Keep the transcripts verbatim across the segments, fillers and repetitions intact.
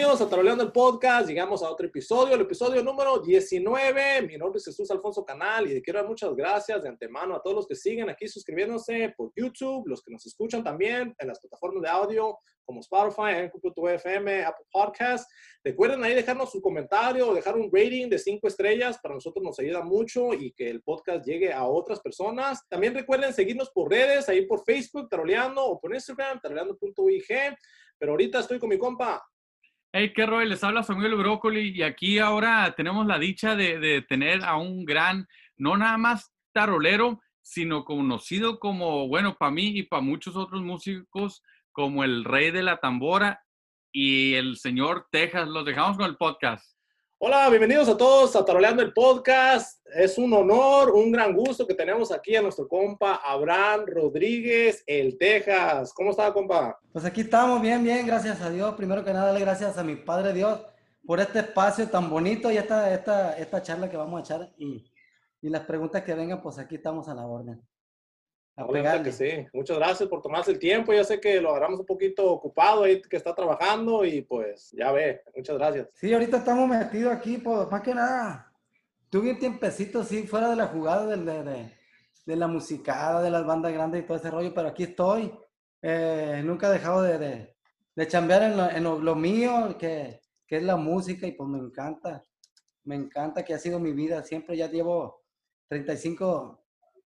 bienvenidos a Taroleando el Podcast. Llegamos a otro episodio, el episodio número diecinueve. Mi nombre es Jesús Alfonso Canal y le quiero dar muchas gracias de antemano a todos los que siguen aquí suscribiéndose por YouTube, los que nos escuchan también en las plataformas de audio como Spotify, Anchor punto F M, Apple Podcasts. Recuerden ahí dejarnos su comentario o dejar un rating de cinco estrellas. Para nosotros nos ayuda mucho y que el podcast llegue a otras personas. También recuerden seguirnos por redes, ahí por Facebook, Taroleando, o por Instagram, taroleando punto I G. Pero ahorita estoy con mi compa. Hey, qué rollo, les habla Samuel Brócoli y aquí ahora tenemos la dicha de, de tener a un gran, no nada más tarolero, sino conocido como, bueno, para mí y para muchos otros músicos, como el rey de la tambora y el señor Texas. Los dejamos con el podcast. Hola, bienvenidos a todos a Taroleando el Podcast. Es un honor, un gran gusto que tenemos aquí a nuestro compa Abraham Rodríguez, el Texas. ¿Cómo está, compa? Pues aquí estamos bien, bien, gracias a Dios. Primero que nada, darle gracias a mi Padre Dios por este espacio tan bonito y esta, esta, esta charla que vamos a echar y, y las preguntas que vengan, pues aquí estamos a la orden. A no, pegarle. Que sí. Muchas gracias por tomarse el tiempo. Ya sé que lo agarramos un poquito ocupado ahí, que está trabajando y pues ya ve. Muchas gracias. Sí, ahorita estamos metidos aquí, pues más que nada. Tuve un tiempecito, sí, fuera de la jugada de, de, de, de la musicada, de las bandas grandes y todo ese rollo, pero aquí estoy. Eh, nunca he dejado de, de, de chambear en, lo, en lo, lo mío, que, que es la música, y pues me encanta. Me encanta, que ha sido mi vida. Siempre ya llevo treinta y cinco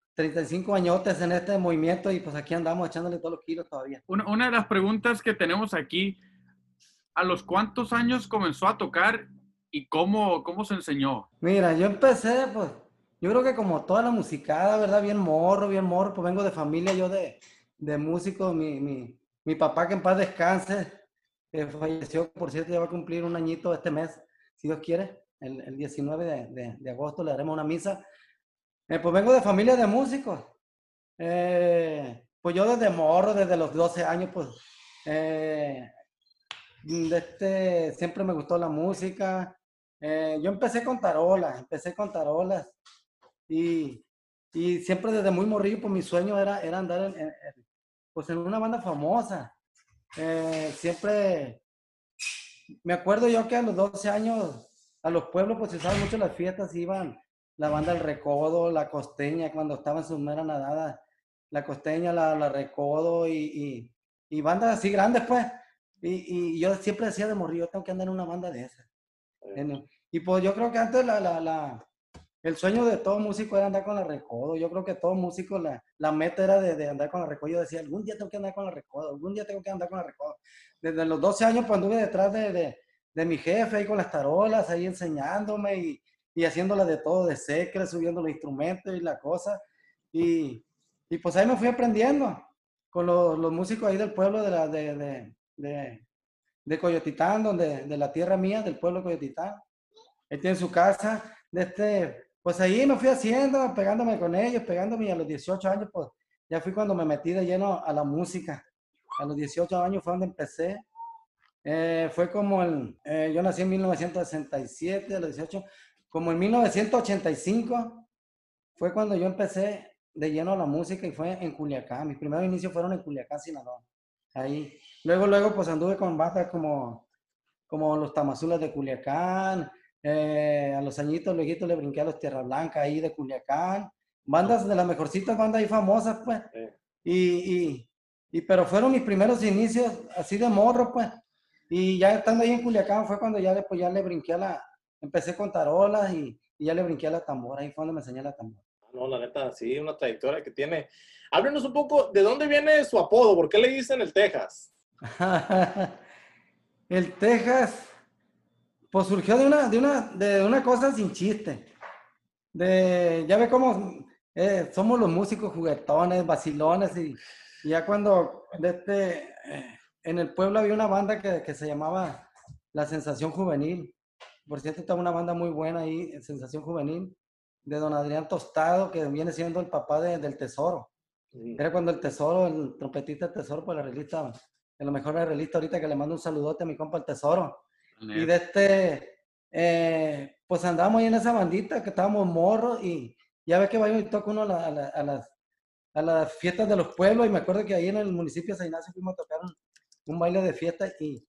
añotes en este movimiento y pues aquí andamos echándole todos los kilos todavía. Una, una de las preguntas que tenemos aquí, ¿a los cuántos años comenzó a tocar y cómo, cómo se enseñó? Mira, yo empecé, pues, yo creo que como toda la musicada, ¿verdad? Bien morro, bien morro, pues vengo de familia, yo de, de músico. Mi, mi, mi papá, que en paz descanse, que falleció, por cierto, ya va a cumplir un añito este mes, si Dios quiere, el, el diecinueve de, de, de agosto le haremos una misa. Eh, pues vengo de familia de músicos. Eh, pues yo desde morro, desde los doce años, pues, eh, de este, siempre me gustó la música. Eh, yo empecé con tarolas, empecé con tarolas y, y siempre desde muy morrillo, pues mi sueño era, era andar en, en, pues en una banda famosa. Eh, siempre, me acuerdo yo que a los doce años, a los pueblos pues se usaban mucho las fiestas, iban la banda El Recodo, la Costeña, cuando estaba en su mera nadada, la Costeña, la, la Recodo y, y, y bandas así grandes pues. Y, y yo siempre decía de morrillo, tengo que andar en una banda de esas. En, y pues yo creo que antes la, la, la, el sueño de todo músico era andar con la Recodo. Yo creo que todo músico, la, la meta era de, de andar con la Recodo. Yo decía, algún día tengo que andar con la Recodo, algún día tengo que andar con la Recodo. Desde los doce años pues anduve detrás de, de, de mi jefe ahí con las tarolas, ahí enseñándome y, y haciéndola de todo, de secre, subiendo los instrumentos y la cosa. Y, y pues ahí me fui aprendiendo con los, los músicos ahí del pueblo de la... De, de, de, de Coyotitán, donde, de la tierra mía, del pueblo de Coyotitán. Él tiene su casa. De este, pues ahí me fui haciendo, pegándome con ellos, pegándome, y a los dieciocho años, pues ya fui cuando me metí de lleno a la música. A los dieciocho años fue donde empecé. Eh, fue como el, eh, yo nací en mil novecientos sesenta y siete, a los dieciocho, como en mil novecientos ochenta y cinco fue cuando yo empecé de lleno a la música, y fue en Culiacán. Mis primeros inicios fueron en Culiacán, Sinaloa. Ahí. Luego, luego, pues anduve con bandas como, como los Tamazulas de Culiacán. Eh, a los añitos, luego le brinqué a los Tierra Blanca ahí de Culiacán. Bandas de las mejorcitas, bandas ahí famosas, pues. Y, y, y, pero fueron mis primeros inicios así de morro, pues. Y ya estando ahí en Culiacán fue cuando ya, pues, ya le brinqué a la, empecé con tarolas y, y ya le brinqué a la tambora. Ahí fue donde me enseñé la tambora. No, la neta, sí, una trayectoria que tiene. Háblenos un poco de dónde viene su apodo, ¿por qué le dicen el Texas? El Texas, pues surgió de una, de una, de una cosa sin chiste. De, ya ve cómo eh, somos los músicos juguetones, vacilones, y, y ya cuando de este, eh, en el pueblo había una banda que, que se llamaba La Sensación Juvenil. Por cierto, estaba una banda muy buena ahí, Sensación Juvenil, de don Adrián Tostado, que viene siendo el papá de, del Tesoro. Sí. Era cuando el Tesoro, el trompetista del Tesoro, pues el arreglista, de lo mejor arreglista ahorita, que le mando un saludote a mi compa el Tesoro. Bien. Y de este, eh, pues andábamos ahí en esa bandita, que estábamos morros, y ya ve que vaya y toca uno a, la, a, la, a, las, a las fiestas de los pueblos, y me acuerdo que ahí en el municipio de San Ignacio fuimos a tocar un, un baile de fiesta, y,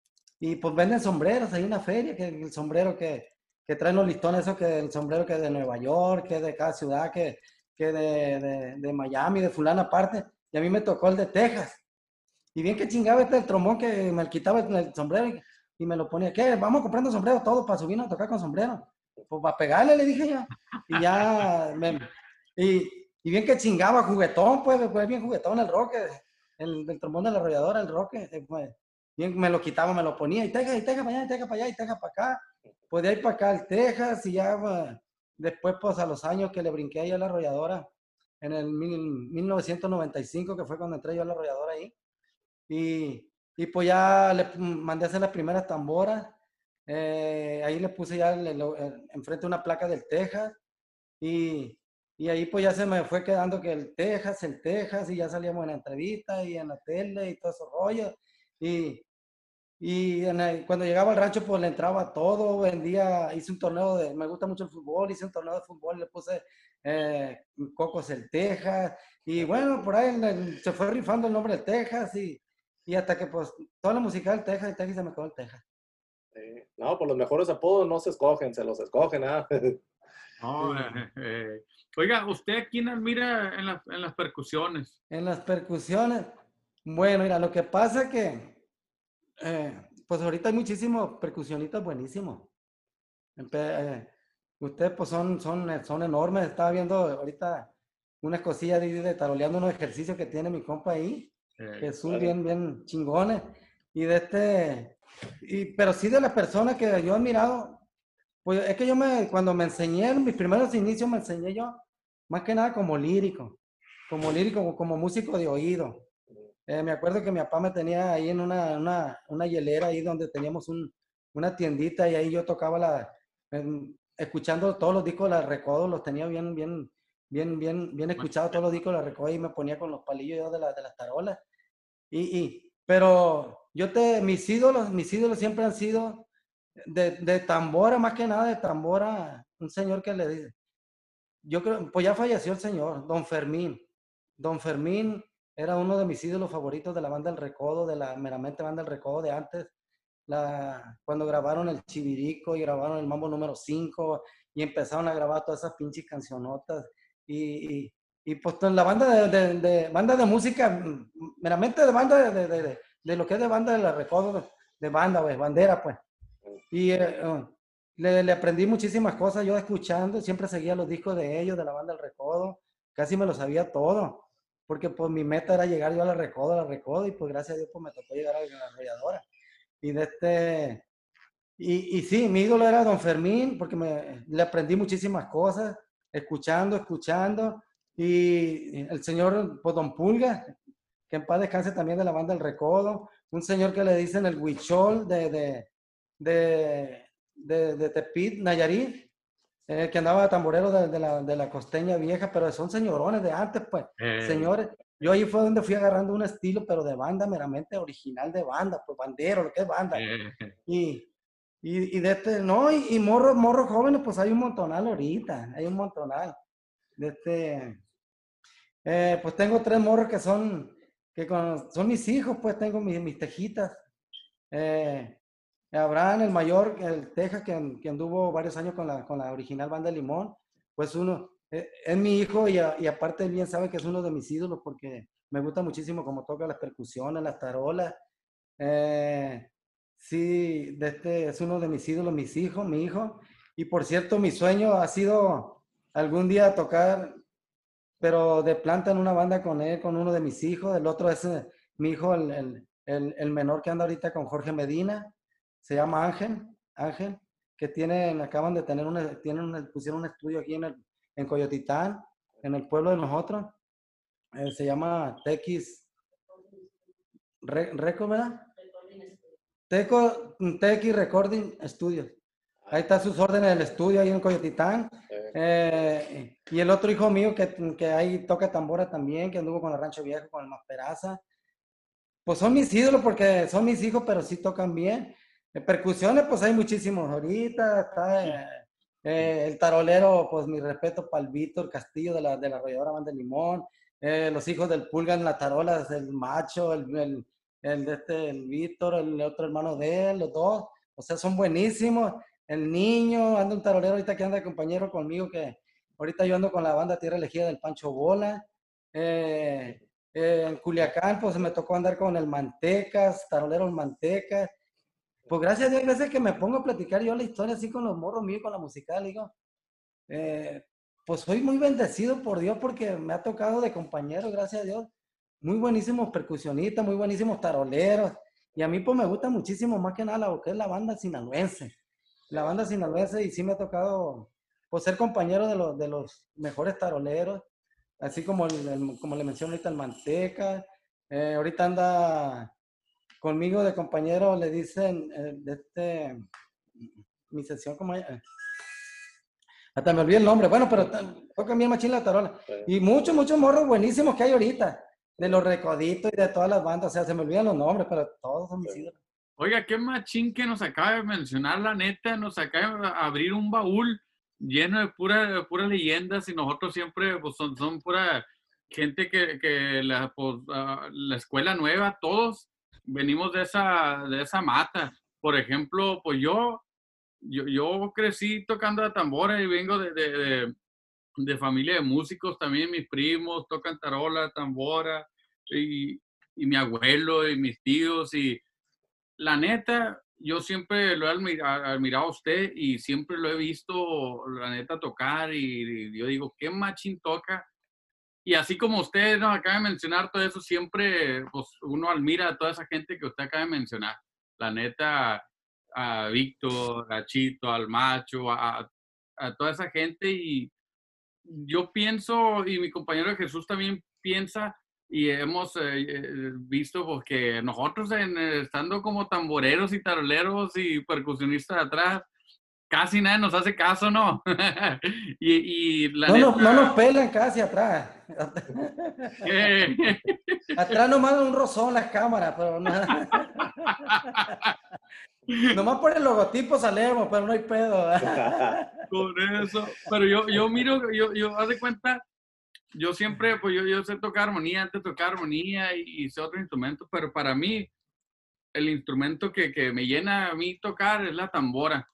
y pues venden sombreros, hay una feria, que el sombrero que, que traen los listones, eso que el sombrero que es de Nueva York, que es de cada ciudad, que, que de, de, de Miami, de fulana aparte, y a mí me tocó el de Texas. Y bien que chingaba este el trombón que me quitaba el, el sombrero y, y me lo ponía. ¿Qué? Vamos comprando sombrero todo para subirnos a tocar con sombrero. Pues para pegarle, le dije yo. Y ya, me, y, y bien que chingaba, juguetón, pues, pues bien juguetón el roque, el, el trombón de la arrolladora, el roque. Eh, pues, bien me lo quitaba, me lo ponía, y Texas, y Texas para allá, y Texas para allá, y Texas para acá. Pues de ahí para acá el Texas, y ya pues, después, pues a los años que le brinqué ahí a la arrolladora, en el mil, mil novecientos noventa y cinco, que fue cuando entré yo a la arrolladora ahí. Y, y pues ya le mandé a hacer las primeras tamboras. Eh, ahí le puse ya el, el, el, enfrente una placa del Texas. Y, y ahí pues ya se me fue quedando que el Texas, el Texas, y ya salíamos en la entrevista y en la tele y todo esos rollos. Y, y en el, cuando llegaba al rancho pues le entraba todo, vendía, hice un torneo de, me gusta mucho el fútbol, hice un torneo de fútbol, le puse eh, Cocos el Texas. Y bueno, por ahí en el, se fue rifando el nombre del Texas y, y hasta que pues toda la música del Texas, el Texas se me quedó el Texas. Sí. No, pues los mejores apodos no se escogen, se los escogen, ¿ah? No, eh, eh. Oiga, ¿usted a quién admira en, la, en las percusiones? En las percusiones, bueno, mira, lo que pasa que, eh, pues ahorita hay muchísimos percusionistas buenísimos. Eh, ustedes pues son, son, son enormes. Estaba viendo ahorita unas cosillas de, de taroleando unos ejercicios que tiene mi compa ahí, Eh, que son claro. bien, bien chingones. Y de este, y, pero sí de las personas que yo he admirado, pues es que yo me, cuando me enseñé, en mis primeros inicios me enseñé yo, más que nada como lírico, como lírico, como, como músico de oído. Eh, me acuerdo que mi papá me tenía ahí en una, una, una hielera ahí donde teníamos un, una tiendita y ahí yo tocaba la, eh, escuchando todos los discos de la Recodo, los tenía bien, bien, bien, bien, bien escuchados todos los discos de la Recodo y me ponía con los palillos yo de, la, de las tarolas. Y, y, pero yo te, mis ídolos, mis ídolos siempre han sido de, de tambora, más que nada de tambora, un señor que le dice, yo creo, pues ya falleció el señor, don Fermín. Don Fermín era uno de mis ídolos favoritos de la banda El Recodo, de la meramente banda El Recodo de antes. La, cuando grabaron el Chivirico y grabaron el Mambo número cinco y empezaron a grabar todas esas pinches cancionotas. Y, y, y pues la banda de, de, de, banda de música, meramente de banda de, de, de, de lo que es de banda de la Recodo, de banda, pues, bandera, pues. Y eh, uh, le, le aprendí muchísimas cosas yo escuchando, siempre seguía los discos de ellos, de la banda El Recodo, casi me lo sabía todo, porque pues mi meta era llegar yo a la Recodo, a la Recodo, y pues gracias a Dios pues me tocó llegar a la arrolladora. Y de este, y, y sí, mi ídolo era Don Fermín, porque me, le aprendí muchísimas cosas, escuchando, escuchando, y el señor pues Don Pulga, que en paz descanse también de la banda El Recodo, un señor que le dicen el Huichol de, de, de, de, de Tepit, Nayarit, eh, que andaba tamborero de, de, la, de la costeña vieja, pero son señorones de antes, pues, eh, señores. Yo ahí fue donde fui agarrando un estilo, pero de banda meramente original de banda, pues bandero, lo que es banda. eh, Y, y, y de este, no, y, y morros, morros jóvenes, pues hay un montonal ahorita, hay un montonal. De este, eh, pues tengo tres morros que son, que con, son mis hijos, pues tengo mis, mis tejitas. Eh, Abraham, el mayor, el Texas, que, que anduvo varios años con la, con la original banda de Limón, pues uno, eh, es mi hijo y, a, y aparte él bien sabe que es uno de mis ídolos porque me gusta muchísimo cómo toca las percusiones, las tarolas. Eh, sí, de este, es uno de mis ídolos, mis hijos, mi hijo. Y por cierto, mi sueño ha sido algún día tocar, pero de planta en una banda con él, con uno de mis hijos. El otro es eh, mi hijo, el, el, el, el menor que anda ahorita con Jorge Medina. Se llama Ángel, Ángel, que tienen, acaban de tener una, tienen una, pusieron un estudio aquí en, el, en Coyotitán, en el pueblo de nosotros. Eh, se llama Tequis Record, ¿verdad? Teco, Tequis Recording Studios. Ahí está sus órdenes del estudio, ahí en Coyotitán. Eh, y el otro hijo mío que, que ahí toca tambora también, que anduvo con el Rancho Viejo, con el Masperaza. Pues son mis ídolos porque son mis hijos, pero sí tocan bien. En percusiones, pues hay muchísimos. Ahorita está eh, eh, el tarolero, pues mi respeto para el Víctor Castillo de la, de la arrolladora Banda de Limón. Eh, los hijos del Pulga en la tarola, el Macho, el, el, el de este, el Víctor, el otro hermano de él, los dos, o sea, son buenísimos. El niño, anda un tarolero ahorita que anda de compañero conmigo, que ahorita yo ando con la banda Tierra Elegida del Pancho Bola. Eh, eh, en Culiacán, pues me tocó andar con el Mantecas, tarolero el Mantecas. Pues gracias a Dios, hay veces que me pongo a platicar yo la historia así con los morros míos, con la musical, digo, eh, pues soy muy bendecido por Dios porque me ha tocado de compañeros, gracias a Dios, muy buenísimos percusionistas, muy buenísimos taroleros, y a mí pues me gusta muchísimo más que nada lo que es la banda sinaloense, la banda sinaloense, y sí me ha tocado pues ser compañero de los, de los mejores taroleros, así como, el, el, como le menciono ahorita el Manteca, eh, ahorita anda conmigo de compañero, le dicen, eh, de este, mi sesión, como eh, hasta me olvidé el nombre, bueno, pero toca bien machín la tarola. Y muchos, muchos morros buenísimos que hay ahorita, de los Recoditos y de todas las bandas, o sea, se me olvidan los nombres, pero todos son mis ídolos. Oiga, qué machín que nos acaba de mencionar, la neta, nos acaba de abrir un baúl lleno de puras pura leyendas y nosotros siempre, pues, son, son pura gente que, que la, pues, uh, la escuela nueva, todos venimos de esa, de esa mata. Por ejemplo, pues yo, yo, yo crecí tocando la tambora y vengo de, de, de, de familia de músicos también, mis primos tocan tarola, tambora, y, y mi abuelo y mis tíos, y la neta, yo siempre lo he admira, admirado a usted y siempre lo he visto, la neta, tocar y, y yo digo, qué machín toca. Y así como usted nos acaba de mencionar todo eso, siempre pues, uno admira a toda esa gente que usted acaba de mencionar. La neta, a Víctor, a Chito, al Macho, a, a toda esa gente. Y yo pienso, y mi compañero de Jesús también piensa, y hemos eh, eh, visto pues, que nosotros en, eh, estando como tamboreros y taroleros y percusionistas atrás, casi nadie nos hace caso, ¿no? y, y la no, neta... no, no nos pelan casi atrás. Eh, Atrás nomás un rozón las cámaras, pero no. Nomás por el logotipo salemos, pero no hay pedo. Con eso, pero yo, yo miro, yo, yo, haz de cuenta, yo siempre, pues yo, yo sé tocar armonía, antes de tocar armonía y, y sé otro instrumento, pero para mí, el instrumento que, que me llena a mí tocar es la tambora.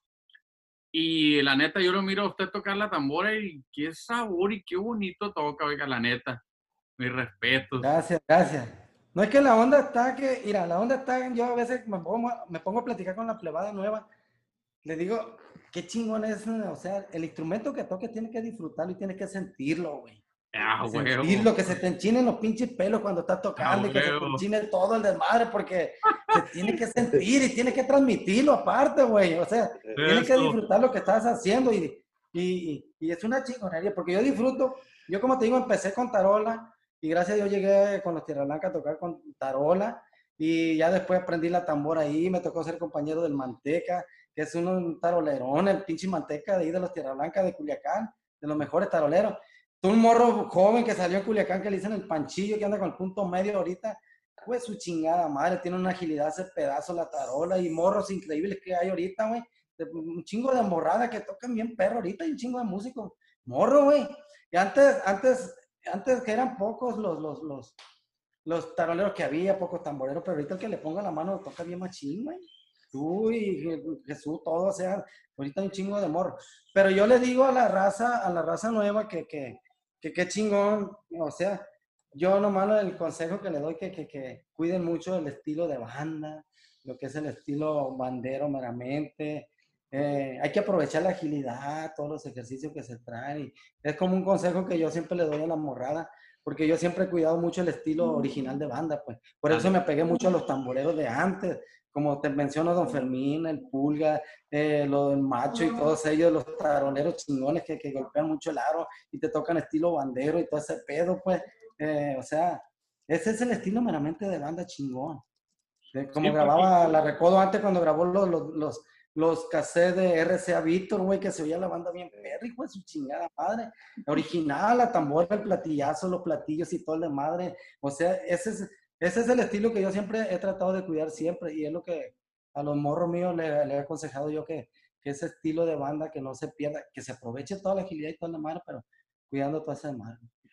Y la neta, yo lo miro a usted tocar la tambora y qué sabor y qué bonito toca, oiga, la neta. Mis respetos. Gracias, gracias. No es que la onda está que, mira, la onda está, yo a veces me pongo, me pongo a platicar con la plebada nueva, le digo, qué chingón es, o sea, el instrumento que toques tienes que disfrutarlo y tienes que sentirlo, güey. Ah, huevo. Sentirlo, que se te enchinen los pinches pelos cuando estás tocando Ah, y que se te huevo. enchine todo el desmadre, porque se tiene que sentir y tienes que transmitirlo aparte, güey. O sea, tienes que disfrutar lo que estás haciendo y, y, y es una chingonería, porque yo disfruto, yo como te digo, empecé con tarola y gracias a Dios llegué con los Tierra Blanca a tocar con tarola y ya después aprendí la tambora ahí, me tocó ser compañero del Manteca, que es un, un tarolerón, el pinche Manteca de ahí de los Tierra Blanca de Culiacán, de los mejores taroleros. Tú un morro joven que salió en Culiacán que le dicen el Panchillo, que anda con el punto medio ahorita, pues su chingada madre, tiene una agilidad ese pedazo la tarola y morros increíbles que hay ahorita, güey. Un chingo de morrada que tocan bien perro ahorita y un chingo de músicos. Morro, güey. Y antes, antes, antes que eran pocos los, los, los, los taroleros que había, pocos tamboreros, pero ahorita el que le ponga la mano toca bien machín, güey. Tú y Jesús, todo, o sea, ahorita hay un chingo de morro. Pero yo le digo a la raza, a la raza nueva que, que, que qué chingón, o sea, yo nomás el consejo que le doy que, que, que cuiden mucho el estilo de banda, lo que es el estilo bandero meramente, eh, hay que aprovechar la agilidad, todos los ejercicios que se traen, y es como un consejo que yo siempre le doy a la morrada, porque yo siempre he cuidado mucho el estilo original de banda, pues, por eso me pegué mucho a los tamboreros de antes, como te menciono, Don Fermín, el Pulga, eh, lo del Macho y todos ellos, los taroleros chingones que, que golpean mucho el aro y te tocan estilo bandero y todo ese pedo, pues, eh, o sea, ese es el estilo meramente de banda chingón. Eh, como sí, grababa porque... la Recodo antes cuando grabó los, los, los, los cassettes de R C A Víctor, güey, que se oía la banda bien perra, hijo de su chingada madre. Original, la tambora, el platillazo, los platillos y todo el de madre. O sea, ese es... Ese es el estilo que yo siempre he tratado de cuidar siempre y es lo que a los morros míos le, le he aconsejado yo que, que ese estilo de banda que no se pierda, que se aproveche toda la agilidad y toda la mano, pero cuidando toda esa mano.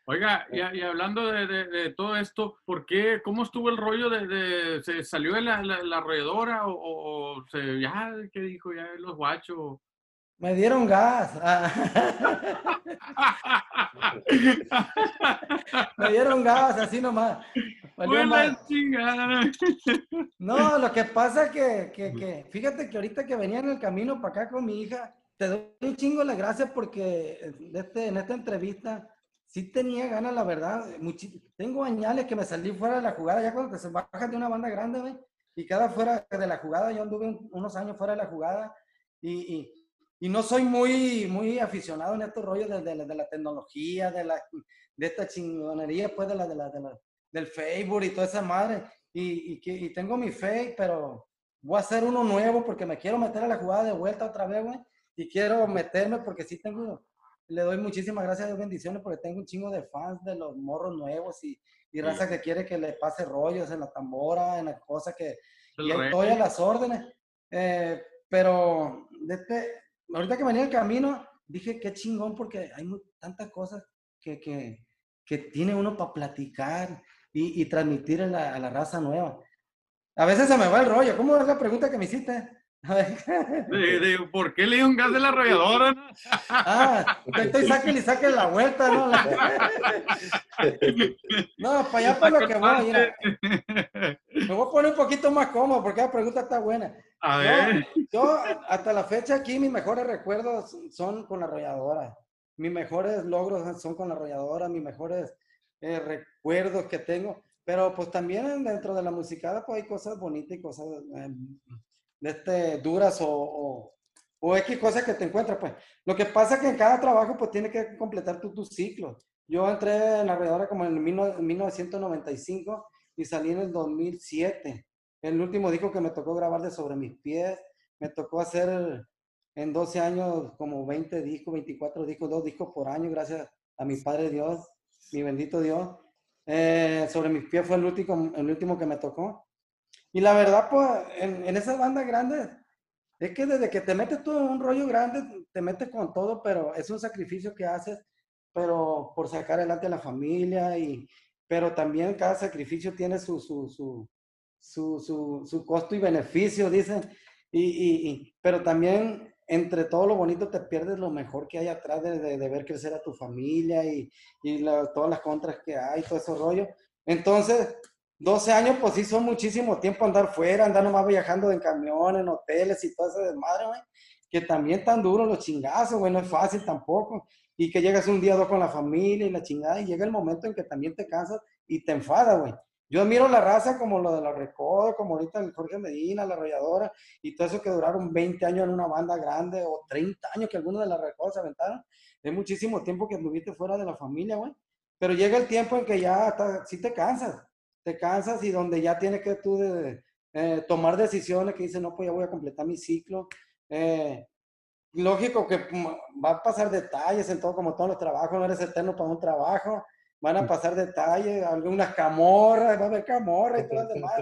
Oiga, y, y hablando de, de, de todo esto, ¿por qué, cómo estuvo el rollo de, de se salió de la, la, la arrolladora o, o, o se, ya, qué dijo, ya los guachos? Me dieron gas. Ah. Me dieron gas, así nomás. Valió Fue más. la chingada. No, lo que pasa que, que, que, fíjate que ahorita que venía en el camino para acá con mi hija, te doy un chingo las gracias porque de este, en esta entrevista sí tenía ganas, la verdad. Muchi- tengo añales que me salí fuera de la jugada, ya cuando te se bajas de una banda grande, ¿ve? Y cada fuera de la jugada, yo anduve un- unos años fuera de la jugada y, y, y no soy muy, muy aficionado en estos rollos de, de, la- de la tecnología, de, la, de esta chingonería, pues, de la, de la, de la, del Facebook y toda esa madre. Y, y, que- y tengo mi fake, pero voy a hacer uno nuevo porque me quiero meter a la jugada de vuelta otra vez, güey. Y quiero meterme porque sí tengo, le doy muchísimas gracias a Dios, bendiciones, porque tengo un chingo de fans de los morros nuevos y, y raza que quiere que le pase rollos en la tambora, en las cosas que, El y ahí rey. estoy a las órdenes. Eh, pero de este, ahorita que venía en el camino, dije qué chingón porque hay mu- tantas cosas que, que, que tiene uno para platicar y, y transmitir a la, a la raza nueva. A veces se me va el rollo. ¿Cómo es la pregunta que me hiciste? A ver. De, de, ¿por qué le dio un gas de la arrolladora? Ah, que estoy saque y saque la vuelta, ¿no? No, para allá para lo que voy, mira. Me voy a poner un poquito más cómodo porque la pregunta está buena. A Yo, ver. yo hasta la fecha aquí mis mejores recuerdos son con la arrolladora. Mis mejores logros son con la arrolladora, mis mejores eh, recuerdos que tengo. Pero pues también dentro de la musicada pues hay cosas bonitas y cosas eh, de este, duras o, o, o X cosas que te encuentras. Pues lo que pasa es que en cada trabajo pues tiene que completar tu, tu ciclo. Yo entré en la arrolladora como en mil novecientos noventa y cinco y salí en el dos mil siete. El último disco que me tocó grabar de Sobre Mis Pies, me tocó hacer en doce años como veinte discos, veinticuatro discos, dos discos por año, gracias a mi Padre Dios, mi bendito Dios. Eh, Sobre Mis Pies fue el último, el último que me tocó. Y la verdad, pues, en, en esas bandas grandes, es que desde que te metes tú en un rollo grande, te metes con todo, pero es un sacrificio que haces, pero por sacar adelante a la familia, y, pero también cada sacrificio tiene su, su, su, su, su, su costo y beneficio, dicen, y, y, y, pero también entre todo lo bonito te pierdes lo mejor que hay atrás de, de, de ver crecer a tu familia y, y la, todas las contras que hay, todo ese rollo. Entonces, doce años, pues sí, son muchísimo tiempo andar fuera, andar nomás viajando en camión, en hoteles y todo ese desmadre, güey. Que también tan duro los chingazos, güey, no es fácil tampoco. Y que llegas un día o dos con la familia y la chingada, y llega el momento en que también te cansas y te enfada, güey. Yo admiro la raza como lo de la Recodo, como ahorita el Jorge Medina, la Arrolladora, y todo eso que duraron veinte años en una banda grande, o treinta años que algunos de la Recodo se aventaron. Es muchísimo tiempo que anduviste fuera de la familia, güey. Pero llega el tiempo en que ya hasta, sí te cansas te cansas y donde ya tienes que tú de, eh, tomar decisiones que dices, no, pues ya voy a completar mi ciclo. Eh, lógico que va a pasar detalles en todo, como todos los trabajos, no eres eterno para un trabajo, van a pasar detalles, algunas camorras, va a haber camorras y todo lo demás.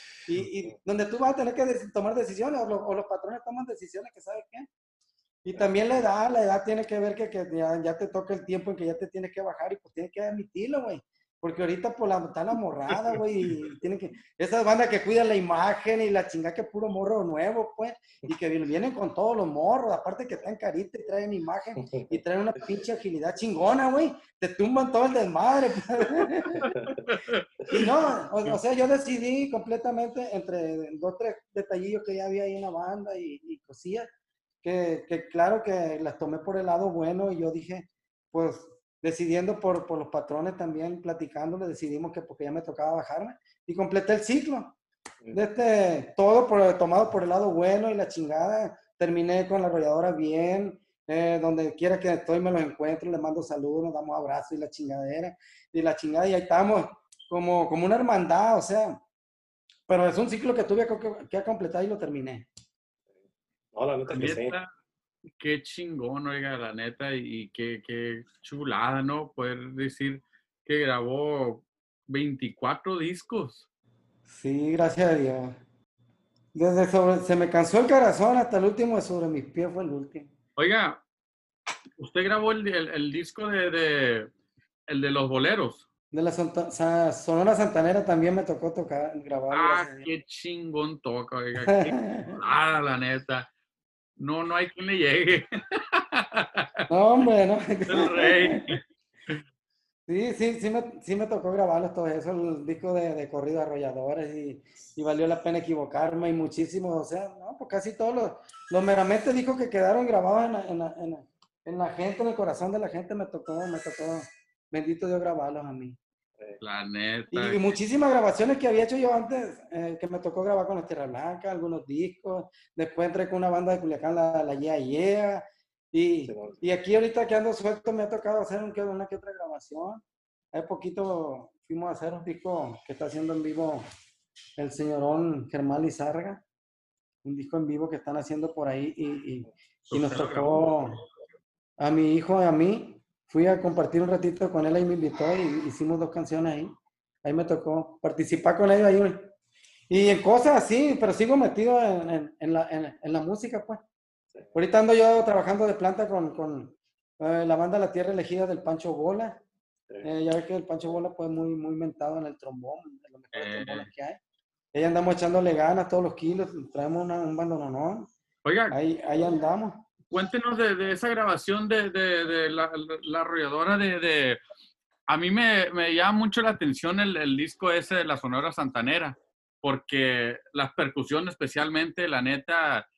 Y, y donde tú vas a tener que tomar decisiones, o, lo, o los patrones toman decisiones que sabes qué. Y también la edad, la edad tiene que ver que, que ya, ya, te toca el tiempo en que ya te tienes que bajar y pues tienes que admitirlo, güey. Porque ahorita por la, está la morrada, güey, y tienen que, esas bandas que cuidan la imagen y la chingada que puro morro nuevo, pues, y que vienen con todos los morros, aparte que traen carita y traen imagen y traen una pinche agilidad chingona, güey, te tumban todo el desmadre. Pues. Y no, o, o, sea, yo decidí completamente entre dos, tres detallillos que ya había ahí en la banda y, y cosillas, que, que claro que las tomé por el lado bueno y yo dije, pues, decidiendo por, por los patrones también, platicándole, decidimos que porque ya me tocaba bajarme y completé el ciclo. De este, todo por, tomado por el lado bueno y la chingada. Terminé con la arrolladora bien, eh, donde quiera que estoy me los encuentro, les mando saludos, nos damos abrazos y la chingadera. Y la chingada, y ahí estamos, como, como una hermandad, o sea. Pero es un ciclo que tuve que, que completar y lo terminé. No, la neta que sí. Qué chingón, oiga, la neta, y qué, qué chulada, ¿no? Poder decir que grabó veinticuatro discos. Sí, gracias a Dios. Desde sobre, se me cansó el corazón hasta el último de Sobre Mis Pies fue el último. Oiga, usted grabó el, el, el disco de, de, El de los boleros. De la Sonta- Sa- Sonora Santanera también me tocó tocar, grabarlo, Ah, gracias a Dios. qué chingón toca, oiga, qué chulada, la neta. No, no hay quien le llegue. No, hombre, no. El rey. Sí, sí, sí me, sí me tocó grabarlos todo eso, el disco de, de corrido arrolladores y, y valió la pena equivocarme y muchísimos, o sea, no, pues casi todos los, los meramente discos que quedaron grabados en la, en, la, en, la, en la gente, en el corazón de la gente, me tocó, me tocó, bendito Dios, grabarlos a mí. La Y, neta. y muchísimas grabaciones que había hecho yo antes, eh, que me tocó grabar con la Tierra Blanca, algunos discos, después entré con una banda de Culiacán, la, la Yeah Yeah, y, y aquí ahorita que ando suelto me ha tocado hacer un, una que otra grabación. Hace poquito fuimos a hacer un disco que está haciendo en vivo el señorón Germán Lizárraga, un disco en vivo que están haciendo por ahí y, y, y nos tocó a mi hijo y a mí. Fui a compartir un ratito con él, ahí me invitó y hicimos dos canciones ahí. Ahí me tocó participar con ellos ahí. Y en cosas así, pero sigo metido en, en, en, la, en, en la música, pues. Sí. Ahorita ando yo trabajando de planta con, con eh, la banda La Tierra Elegida del Pancho Bola. Sí. Eh, ya ves que el Pancho Bola pues muy, muy mentado en el trombón, de los mejores eh. trombones que hay. Ahí andamos echándole ganas todos los kilos, traemos una, un bandononón. Oiga, ahí, ahí andamos. Cuéntenos de, de esa grabación de, de, de la, la arrolladora de, de... A mí me, me llama mucho la atención el, el disco ese de la Sonora Santanera, porque las percusiones especialmente, la neta,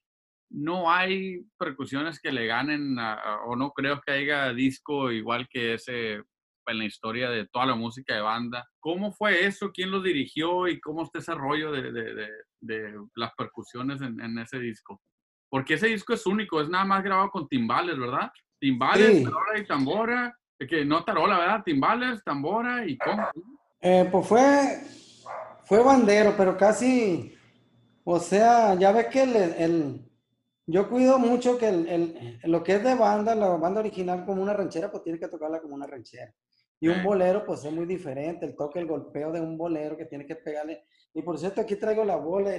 no hay percusiones que le ganen, a, a, o no creo que haya disco igual que ese en la historia de toda la música de banda. ¿Cómo fue eso? ¿Quién lo dirigió? ¿Y cómo está ese rollo de, de, de, de las percusiones en, en ese disco? Porque ese disco es único, es nada más grabado con timbales, ¿verdad? Timbales, sí. Tarola y tambora. Que no tarola, ¿verdad? Timbales, tambora y ¿cómo? Eh, pues fue, fue bandero, pero casi, o sea, ya ves que el, el yo cuido mucho que el, el, lo que es de banda, la banda original como una ranchera, pues tiene que tocarla como una ranchera. Y un bolero, pues es muy diferente, el toque, el golpeo de un bolero que tiene que pegarle. Y por cierto, aquí traigo la bola.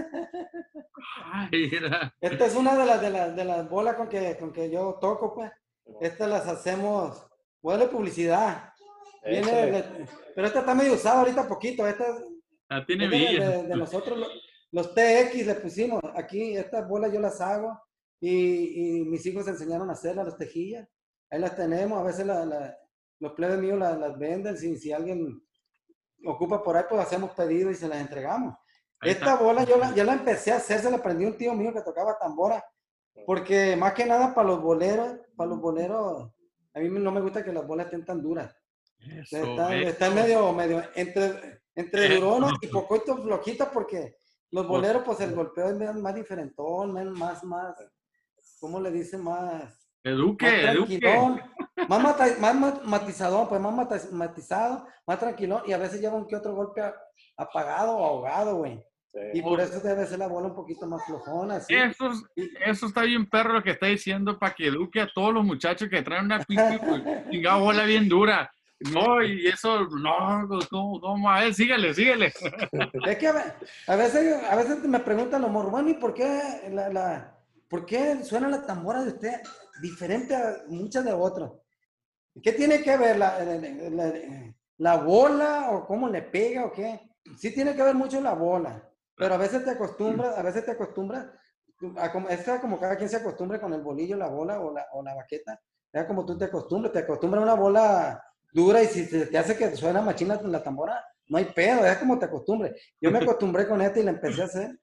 Ay, esta es una de las, de las, de las bolas con que, con que yo toco, pues. Estas las hacemos, voy a darle publicidad. Viene de, pero esta está medio usada ahorita poquito. Esta ah, tiene es de, de, de nosotros, los, los T X le pusimos. Aquí estas bolas yo las hago y, y mis hijos enseñaron a hacerlas, las tejillas. Ahí las tenemos, a veces la, la, los plebes míos las, las venden. Si, si alguien ocupa por ahí, pues hacemos pedido y se las entregamos. Ahí Esta está. bola yo la, ya la empecé a hacer, se la aprendí a un tío mío que tocaba tambora. Porque más que nada para los boleros, para los boleros, a mí no me gusta que las bolas estén tan duras. Eso, están, están medio, medio entre, entre duronas y poquito flojitas porque los boleros, pues el golpeo es más diferentón, más, más, ¿cómo le dicen? Más... Eduque, más tranquilón, eduque. Más, mata, más matizador, pues más matizado, más tranquilón y a veces lleva un que otro golpe apagado o ahogado, güey. Sí. Y por eso debe ser la bola un poquito más flojona, ¿sí? Eso, eso está bien perro lo que está diciendo para que eduque a todos los muchachos que traen una chingada bola bien dura. No, y eso, no, ¿cómo, cómo? A ver, síguele, síguele. Es que a veces, a veces me preguntan los morros, bueno, ¿y por qué, la, la, por qué suena la tambora de usted diferente a muchas de otras? ¿Qué tiene que ver la, la, la, la bola o cómo le pega o qué? Sí tiene que ver mucho la bola, pero a veces te acostumbras, a veces te acostumbras, a, es como cada quien se acostumbra con el bolillo, la bola o la, o la baqueta, es como tú te acostumbras, te acostumbras a una bola dura y si te, te hace que suena machina la tambora, no hay pedo, es como te acostumbres. Yo me acostumbré con esta y la empecé a hacer,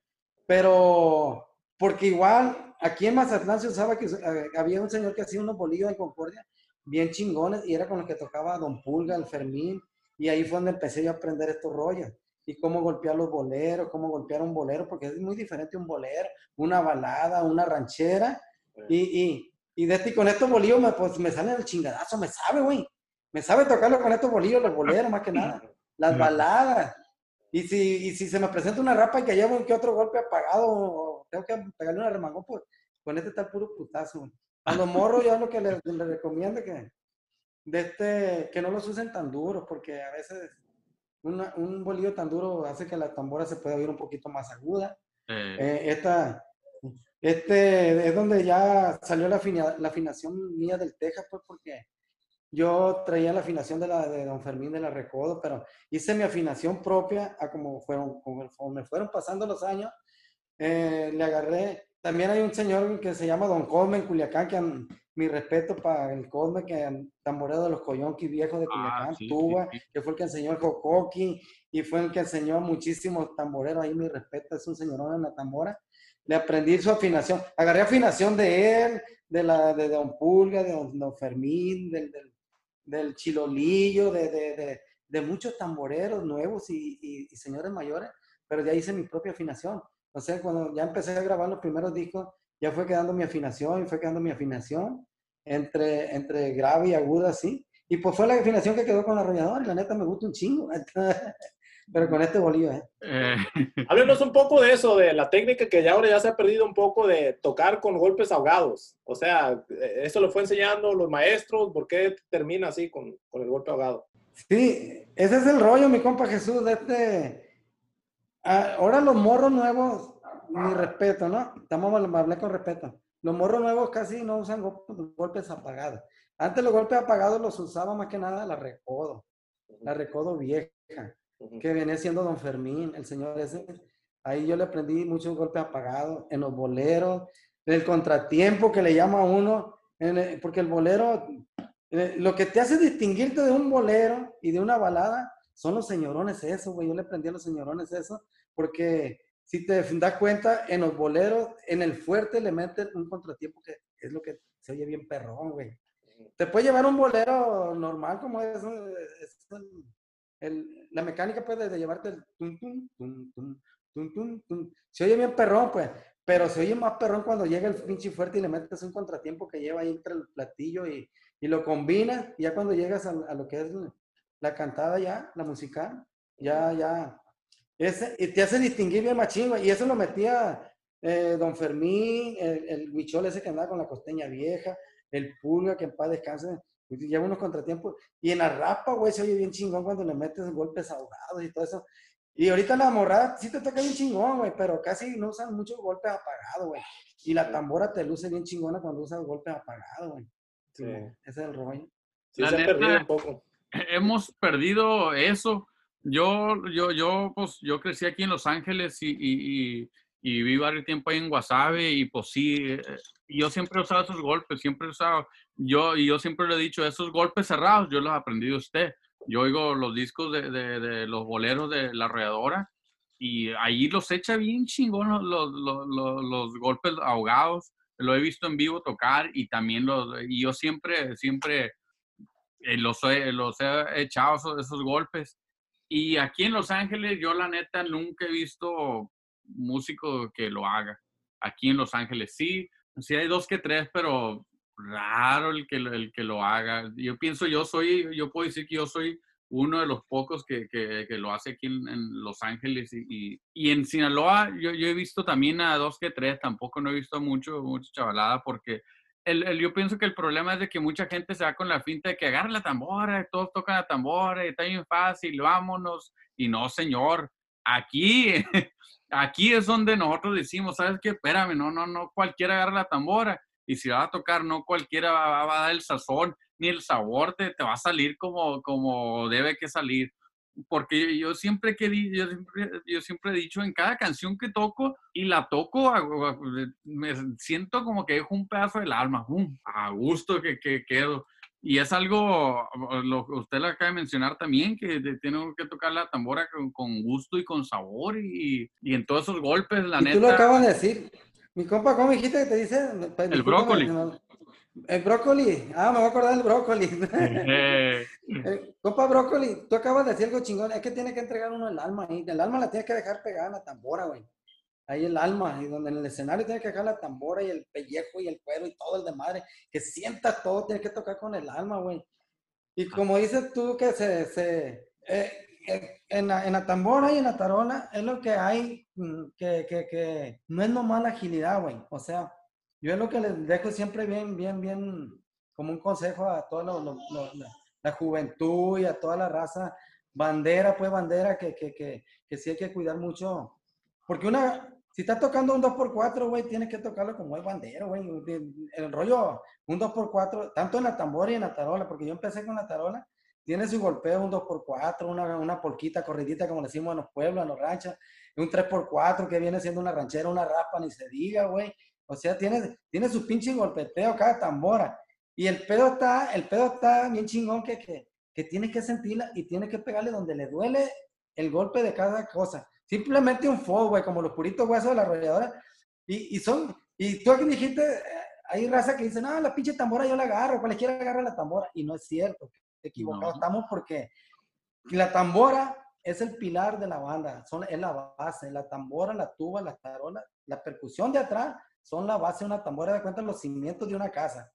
pero porque igual aquí en Mazatlán se usaba que había un señor que hacía unos bolillos en Concordia bien chingones y era con los que tocaba Don Pulga, el Fermín, y ahí fue donde empecé yo a aprender estos rollos y cómo golpear los boleros, cómo golpear un bolero, porque es muy diferente un bolero, una balada, una ranchera, y, y, y de este, y con estos bolillos me, pues, me salen el chingadazo, me sabe, güey, me sabe tocarlo con estos bolillos, los boleros más que nada, las baladas, y si, y si se me presenta una rapa y que llevo un que otro golpe apagado, o tengo que pegarle una remangón, pues con este está el puro putazo, güey. A los morros yo lo que les, les recomiendo que, de este, que no los usen tan duros, porque a veces una, un bolillo tan duro hace que la tambora se pueda oír un poquito más aguda. Eh. Eh, esta, este es donde ya salió la, afina, la afinación mía del Texas, pues porque yo traía la afinación de, la, de Don Fermín de la Recodo, pero hice mi afinación propia a como fueron, como, como me fueron pasando los años. Eh, le agarré, también hay un señor que se llama Don Cosme en Culiacán, que um, mi respeto para el Cosme, que um, tamborero de los Coyonquis viejos de Ah, Culiacán, sí, sí, tuba, sí. que fue el que enseñó el jocoqui y fue el que enseñó a muchísimos tamboreros, ahí mi respeto, es un señorón en la tambora. Le aprendí su afinación, agarré afinación de él, de, la, de Don Pulga, de Don, Don Fermín, del, del, del Chilolillo, de, de, de, de muchos tamboreros nuevos y, y, y señores mayores, pero ya hice mi propia afinación. O sea, cuando ya empecé a grabar los primeros discos, ya fue quedando mi afinación, y fue quedando mi afinación entre, entre grave y aguda, así. Y pues fue la afinación que quedó con la arrolladora, y la neta me gusta un chingo. Pero con este bolillo, ¿eh? Eh, Háblenos un poco de eso, de la técnica que ya ahora ya se ha perdido un poco de tocar con golpes ahogados. O sea, ¿eso lo fue enseñando los maestros? ¿Por qué termina así con, con el golpe ahogado? Sí, ese es el rollo, mi compa Jesús, de este... Ah, ahora los morros nuevos, mi respeto, ¿no? Estamos hablé con respeto. Los morros nuevos casi no usan golpes apagados. Antes los golpes apagados los usaba más que nada la Recodo, la Recodo vieja, que venía siendo Don Fermín, el señor ese. Ahí yo le aprendí muchos golpes apagados, en los boleros, en el contratiempo que le llama a uno, en el, porque el bolero, eh, lo que te hace distinguirte de un bolero y de una balada son los señorones eso, güey. Yo le aprendí a los señorones eso, porque si te das cuenta, en los boleros, en el fuerte le meten un contratiempo que es lo que se oye bien perrón, güey. Te puede llevar un bolero normal como es, es el, el, la mecánica puede de llevarte el tum, tum, tum, tum, tum, tum, tum. Se oye bien perrón, pues, pero se oye más perrón cuando llega el pinche fuerte y le metes un contratiempo que lleva ahí entre el platillo y, y lo combinas, y ya cuando llegas a, a lo que es la cantada ya, la musical, ya, ya, ese, y te hace distinguir bien machín, güey, y eso lo metía eh, Don Fermín, el, el huichol ese que andaba con la costeña vieja, el Pulga, que en paz descanse, lleva unos contratiempos, y en la rapa, güey, se oye bien chingón cuando le metes golpes ahogados y todo eso, y ahorita la morrada sí te toca bien chingón, güey, pero casi no usan muchos golpes apagados, güey, y la tambora te luce bien chingona cuando usas golpes apagados, güey, Sí. ese es el rollo. Sí, la se ha perdido neta, un poco. hemos perdido eso. Yo, yo, yo, pues, yo crecí aquí en Los Ángeles y, y, y, y viví varios tiempo ahí en Guasave y pues sí, eh, yo siempre he usado esos golpes, siempre he usado, yo, y yo siempre le he dicho, esos golpes cerrados, yo los aprendí de usted. Yo oigo los discos de, de, de los boleros de La Arrolladora y ahí los echa bien chingón los, los, los, los golpes ahogados. Lo he visto en vivo tocar y también los, y yo siempre, siempre eh, los, he, los he echado esos, esos golpes. Y aquí en Los Ángeles, yo la neta nunca he visto músico que lo haga. Aquí en Los Ángeles sí, sí hay dos que tres, pero raro el que, el que lo haga. Yo pienso, yo soy, yo puedo decir que yo soy uno de los pocos que, que, que lo hace aquí en, en Los Ángeles y, y, y en Sinaloa yo, yo he visto también a dos que tres, tampoco no he visto mucho, mucha chavalada porque el, el, yo pienso que el problema es de que mucha gente se va con la finta de que agarra la tambora, y todos tocan la tambora, y está bien fácil, vámonos. Y no, señor, aquí, aquí es donde nosotros decimos, ¿sabes qué? Espérame, no, no, no cualquiera agarra la tambora. Y si va a tocar, no cualquiera va, va a dar el sazón, ni el sabor, te, te va a salir como, como debe que salir. Porque yo siempre, que, yo, siempre, yo siempre he dicho en cada canción que toco y la toco, me siento como que dejo un pedazo del alma, um, a gusto que, que quedo. Y es algo, lo que usted le acaba de mencionar también, que tiene que tocar la tambora con, con gusto y con sabor y, y en todos esos golpes, la Y tú lo neta. acabas de decir. Mi compa, ¿cómo dijiste que te dice? Pues, El discúlpame. brócoli. No. El brócoli. Ah, me voy a acordar del brócoli. Eh, El compa brócoli, tú acabas de decir algo chingón. Es que tiene que entregar uno el alma ahí. El alma la tienes que dejar pegada en la tambora, güey. Ahí el alma, y donde en el escenario tienes que dejar la tambora y el pellejo y el cuero y todo el de madre. Que sientas todo, tienes que tocar con el alma, güey. Y como dices tú que se, se eh, eh, en, la, en la tambora y en la tarola es lo que hay, mm, que, que, que no es nomás la agilidad, güey. O sea, yo es lo que les dejo siempre bien, bien, bien, como un consejo a toda lo, lo, lo, la, la juventud y a toda la raza. Bandera, pues bandera, que, que, que, que sí hay que cuidar mucho. Porque una, si estás tocando un dos por cuatro, güey, tienes que tocarlo como el bandero, güey. El rollo, un dos por cuatro, tanto en la tambora y en la tarola, porque yo empecé con la tarola, tiene su golpeo, un dos por cuatro, una, una polquita, corridita, como le decimos en los pueblos, en los ranchos, un tres por cuatro, que viene siendo una ranchera, una raspa, ni se diga, güey. O sea, tiene, tiene su pinche golpeteo cada tambora. Y el pedo está, el pedo está bien chingón que, que, que tiene que sentirla y tiene que pegarle donde le duele el golpe de cada cosa. Simplemente un fuego, güey, como los puritos huesos de la arrolladora. Y, y son, y tú aquí dijiste, hay raza que dice, no, la pinche tambora yo la agarro, cualquiera agarra la tambora. Y no es cierto, equivocado no. Estamos porque la tambora es el pilar de la banda, son, es la base. La tambora, la tuba, la tarola, la percusión de atrás son la base de una tambora, de cuenta los cimientos de una casa.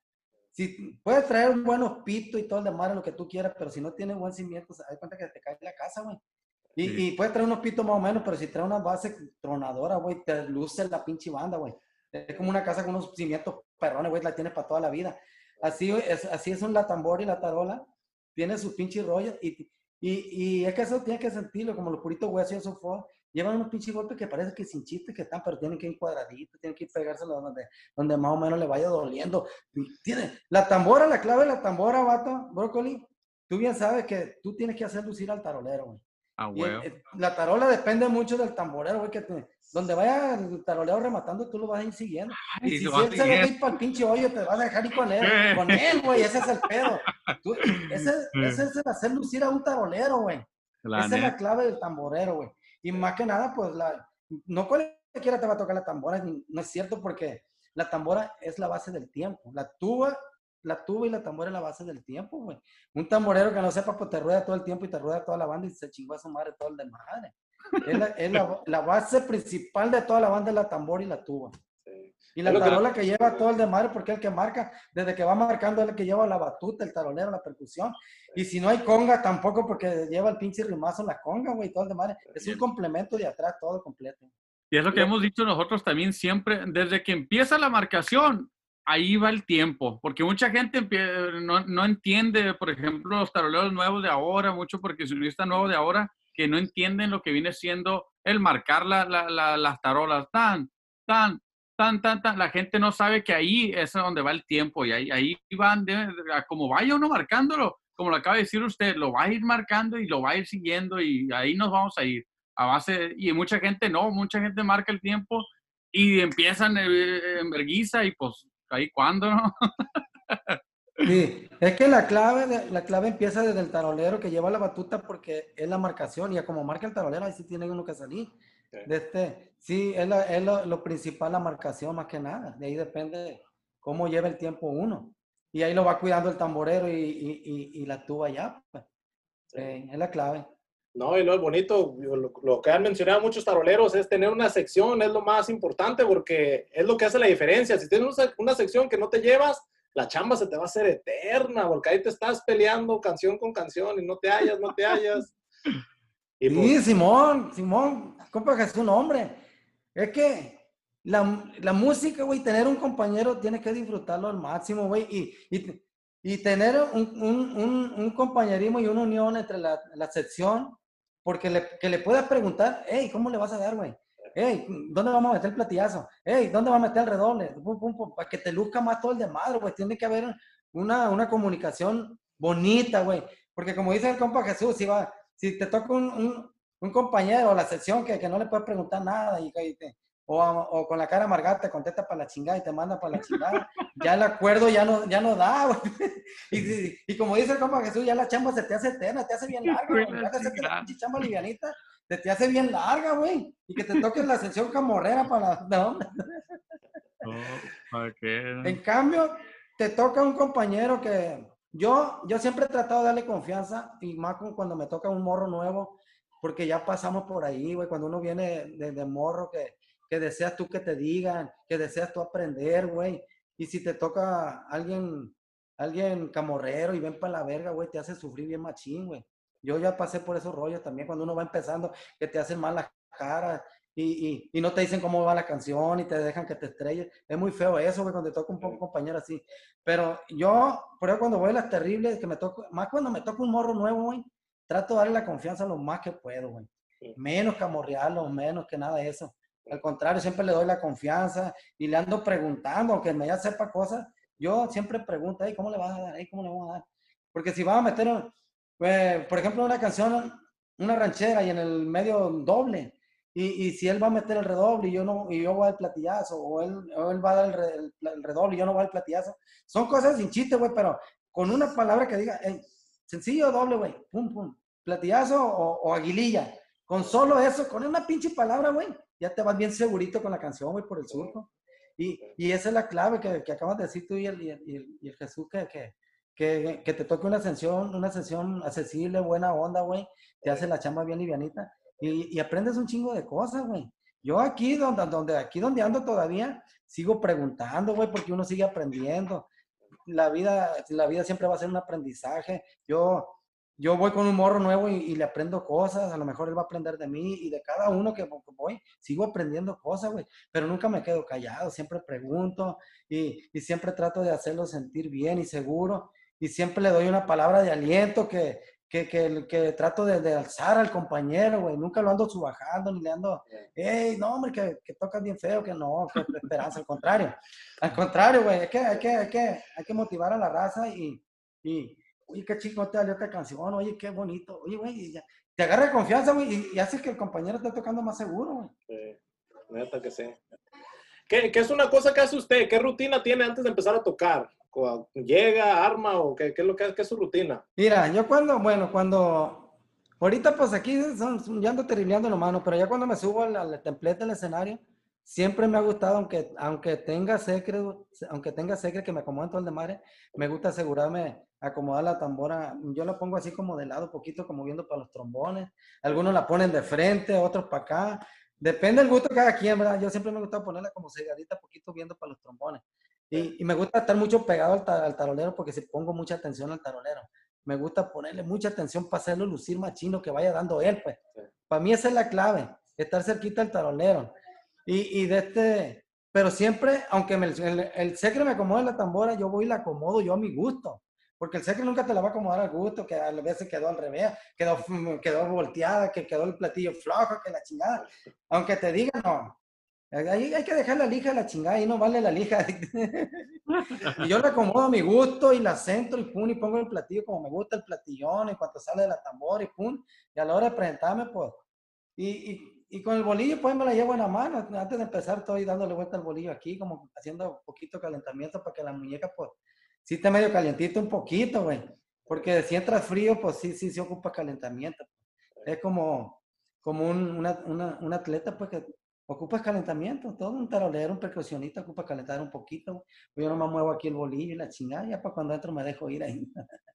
Si puedes traer buenos pitos y todo el demás, lo que tú quieras, pero si no tienes buen cimiento, se da cuenta que te cae la casa, güey. Y, sí. y puedes traer unos pitos más o menos, pero si traes una base tronadora, güey, te luce la pinche banda, güey. Es como una casa con unos cimientos perrones, güey, la tienes para toda la vida. Así es, así es la tambora y la tarola, tiene sus pinches rollos y, y, y es que eso tienes que sentirlo, como los puritos huesos y eso fue. Llevan unos pinches golpes que parece que sin chiste que están, pero tienen que ir cuadraditos, tienen que ir pegárselo donde, donde más o menos le vaya doliendo. Tiene, la tambora, la clave de la tambora, vato, brócoli, tú bien sabes que tú tienes que hacer lucir al tarolero, güey. Ah, güey. La tarola depende mucho del tamborero, güey, que te, donde vaya el tarolero rematando, tú lo vas a ir siguiendo. Ay, y si, si él se va a ir para el pinche hoyo, te vas a dejar ir con él, con él, güey, ese es el pedo. Tú, ese, ese es el hacer lucir a un tarolero, güey. Esa neta. Es la clave del tamborero, güey. Y más que nada, pues, la, no cualquiera te va a tocar la tambora, no es cierto, porque la tambora es la base del tiempo. La tuba, la tuba y la tambora es la base del tiempo, güey. Un tamborero que no sepa, pues te rueda todo el tiempo y te rueda toda la banda y se chingó a su madre todo el de madre. Es, la, es la, la base principal de toda la banda es la tambora y la tuba. Sí. Y la tarola que... que lleva todo el de madre, porque es el que marca, desde que va marcando es el que lleva la batuta, el tarolero, la percusión. Y si no hay conga, tampoco, porque lleva el pinche rimazo en la conga, güey, todo el de madre. Es un complemento de atrás, todo completo. Y es lo que hemos dicho nosotros también siempre, desde que empieza la marcación, ahí va el tiempo, porque mucha gente no, no entiende, por ejemplo, los taroleros nuevos de ahora, mucho percusionistas nuevos de ahora, que no entienden lo que viene siendo el marcar la, la, la, las tarolas, tan, tan, tan, tan, tan. La gente no sabe que ahí es donde va el tiempo y ahí, ahí van, de, de, como vaya uno marcándolo, como lo acaba de decir usted, lo va a ir marcando y lo va a ir siguiendo y ahí nos vamos a ir. A base, y mucha gente no, mucha gente marca el tiempo y empiezan en vergüenza y pues ahí cuando, ¿no? Sí, es que la clave, la clave empieza desde el tarolero que lleva la batuta porque es la marcación y a como marca el tarolero ahí sí tiene uno que salir. Okay. De este, sí, es, la, es lo, lo principal la marcación más que nada, de ahí depende cómo lleva el tiempo uno y ahí lo va cuidando el tamborero y, y, y, y la tuba ya, pues. Sí. Eh, es la clave. No, y lo bonito, lo, lo que han mencionado muchos taroleros es tener una sección, es lo más importante porque es lo que hace la diferencia. Si tienes una, una sección que no te llevas, la chamba se te va a hacer eterna porque ahí te estás peleando canción con canción y no te hallas, no te hallas. Y pues, sí, Simón, Simón, compa Jesús, un hombre. Es que la, la música, güey, tener un compañero tienes que disfrutarlo al máximo, güey, y, y, y tener un, un, un, un compañerismo y una unión entre la, la sección. Porque le, que le puedas preguntar, hey, ¿cómo le vas a dar, güey? Hey, ¿dónde vamos a meter el platillazo? Hey, ¿dónde va a meter el redoble? Pum, pum, pum, para que te luzca más todo el de madre, güey. Tiene que haber una, una comunicación bonita, güey. Porque como dice el compa Jesús, si, va, si te toca un, un, un compañero o la sección que, que no le puedes preguntar nada y, y te, o, o con la cara amargada te contesta para la chingada y te manda para la chingada, ya el acuerdo ya no, ya no da, güey. Y, y, y como dice el compa Jesús, ya la chamba se te hace eterna, te hace bien larga, güey. En vez de hacerte la pinche chamba livianita, te, te hace bien larga, güey. Y que te toques la sección camorrera para la... ¿No? Oh, okay. En cambio, te toca un compañero que... Yo, yo siempre he tratado de darle confianza, y más cuando me toca un morro nuevo, porque ya pasamos por ahí, güey, cuando uno viene de, de morro que... que deseas tú que te digan, que deseas tú aprender, güey. Y si te toca alguien, alguien camorrero y ven para la verga, güey, te hace sufrir bien machín, güey. Yo ya pasé por esos rollos también, cuando uno va empezando, que te hacen mal las caras y, y, y no te dicen cómo va la canción y te dejan que te estrelles. Es muy feo eso, güey, cuando te toca un poco compañero así. Pero yo, por eso cuando voy a las terribles, que me toco, más cuando me toca un morro nuevo, güey, trato de darle la confianza lo más que puedo, güey. Menos camorrearlo, menos que nada de eso. Al contrario, siempre le doy la confianza y le ando preguntando, aunque me ya sepa cosas, yo siempre pregunto, hey, ¿cómo le vas a dar? Hey, ¿cómo le vamos a dar? Porque si vamos a meter, eh, por ejemplo, una canción, una ranchera y en el medio doble, y, y si él va a meter el redoble y yo no, y yo voy al platillazo, o él, o él va a dar el, re, el, el redoble y yo no voy al platillazo, son cosas sin chiste, güey, pero con una palabra que diga, hey, sencillo, doble, güey, pum, pum, platillazo o, o aguililla, con solo eso, con una pinche palabra, güey, ya te vas bien segurito con la canción, güey, por el surco. Y, y esa es la clave que, que acabas de decir tú y el, y el, y el Jesús, que, que, que, que te toque una sesión, una sesión accesible, buena onda, güey, te hace la chamba bien livianita y, y aprendes un chingo de cosas, güey. Yo aquí donde, donde, aquí donde ando todavía, sigo preguntando, güey, porque uno sigue aprendiendo. La vida, la vida siempre va a ser un aprendizaje. Yo, yo voy con un morro nuevo y, y le aprendo cosas, a lo mejor él va a aprender de mí y de cada uno que voy, sigo aprendiendo cosas, güey, pero nunca me quedo callado, siempre pregunto y, y siempre trato de hacerlo sentir bien y seguro y siempre le doy una palabra de aliento que, que, que, que trato de, de alzar al compañero, güey, nunca lo ando subajando ni le ando, hey, no, hombre, que, que tocas bien feo, que no, que esperanza, al contrario, al contrario, güey, hay que, hay, que, hay, que, hay que motivar a la raza y, y oye, qué chico te salió esta canción, oye, qué bonito, oye, güey, te agarra confianza, güey, y, y hace que el compañero esté tocando más seguro, güey. Sí, neta que sí. ¿Qué, ¿Qué es una cosa que hace usted? ¿Qué rutina tiene antes de empezar a tocar? ¿Llega, arma o qué, qué es lo que es, qué es su rutina? Mira, yo cuando, bueno, cuando, ahorita pues aquí son, ya ando terribleando lo mano, pero ya cuando me subo al, al templete del escenario, siempre me ha gustado, aunque, aunque tenga secre, aunque tenga secre que me acomoden todo el de madre, me gusta asegurarme, acomodar la tambora. Yo la pongo así como de lado, poquito, como viendo para los trombones. Algunos la ponen de frente, otros para acá. Depende del gusto de cada quien, ¿verdad? Yo siempre me gusta ponerla como cegadita, poquito viendo para los trombones. Y, y me gusta estar mucho pegado al, al tarolero porque si pongo mucha atención al tarolero. Me gusta ponerle mucha atención para hacerlo lucir más chino que vaya dando él, pues. Para mí esa es la clave, estar cerquita al tarolero. Y, y de este, pero siempre, aunque me, el, el secre me acomode la tambora, yo voy y la acomodo yo a mi gusto. Porque el secre nunca te la va a acomodar al gusto, que a veces quedó al revés, quedó, quedó volteada, que quedó el platillo flojo, que la chingada. Aunque te diga, no. Ahí hay que dejar la lija a la chingada, ahí no vale la lija. Y yo la acomodo a mi gusto y la centro y pum, y pongo el platillo como me gusta el platillón, en cuanto sale de la tambora y pum. Y a la hora de presentarme, pues. Y, y, y con el bolillo, pues me la llevo en la mano. Antes de empezar, estoy dándole vuelta al bolillo aquí, como haciendo un poquito calentamiento para que la muñeca, pues, sí esté medio calientito un poquito, güey. Porque si entras frío, pues sí, sí, se ocupa calentamiento. Es como, como un, una, una, un atleta, pues, que ocupas calentamiento. Todo un tarolero, un percusionista ocupa calentar un poquito. Yo nomás muevo aquí el bolillo y la chingada, ya para cuando entro me dejo ir ahí.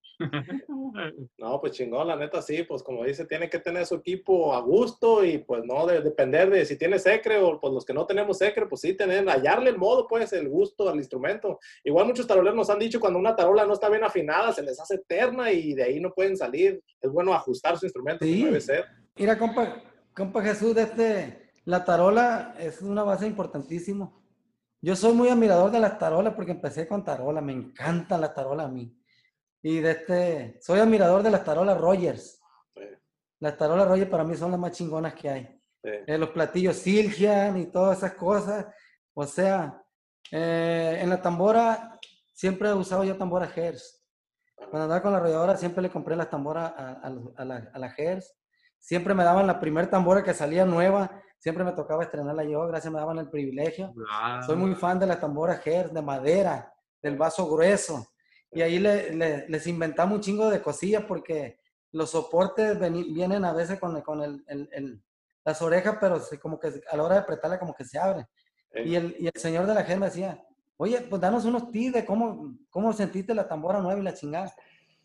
No, pues chingón, la neta sí, pues como dice, tiene que tener su equipo a gusto y pues no de, depender de si tiene secre o pues los que no tenemos secre, pues sí, tener, hallarle el modo, pues el gusto al instrumento. Igual muchos taroleros nos han dicho cuando una tarola no está bien afinada, se les hace eterna y de ahí no pueden salir. Es bueno ajustar su instrumento, Sí. como debe ser. Mira, compa, compa Jesús, de este, la tarola es una base importantísima. Yo soy muy admirador de las tarolas porque empecé con tarola, me encantan las tarolas a mí. Y de este, soy admirador de las tarolas Rogers. Sí. Las tarolas Rogers para mí son las más chingonas que hay. Sí. Eh, los platillos Silgian y todas esas cosas. O sea, eh, en la tambora siempre he usado yo tambora Hertz. Cuando andaba con la arrolladora siempre le compré las tamboras a, a, a, la, a la Hertz. Siempre me daban la primer tambora que salía nueva. Siempre me tocaba estrenarla yo, gracias me daban el privilegio. Wow. Soy muy fan de las tamboras Hertz, de madera, del vaso grueso. Y ahí le, le, les inventamos un chingo de cosillas porque los soportes ven, vienen a veces con, con el, el, el, las orejas, pero se, como que a la hora de apretarla como que se abre. ¿Eh? Y, el, y el señor de la gente me decía, oye, pues danos unos tips de cómo, cómo sentiste la tambora nueva y la chingada.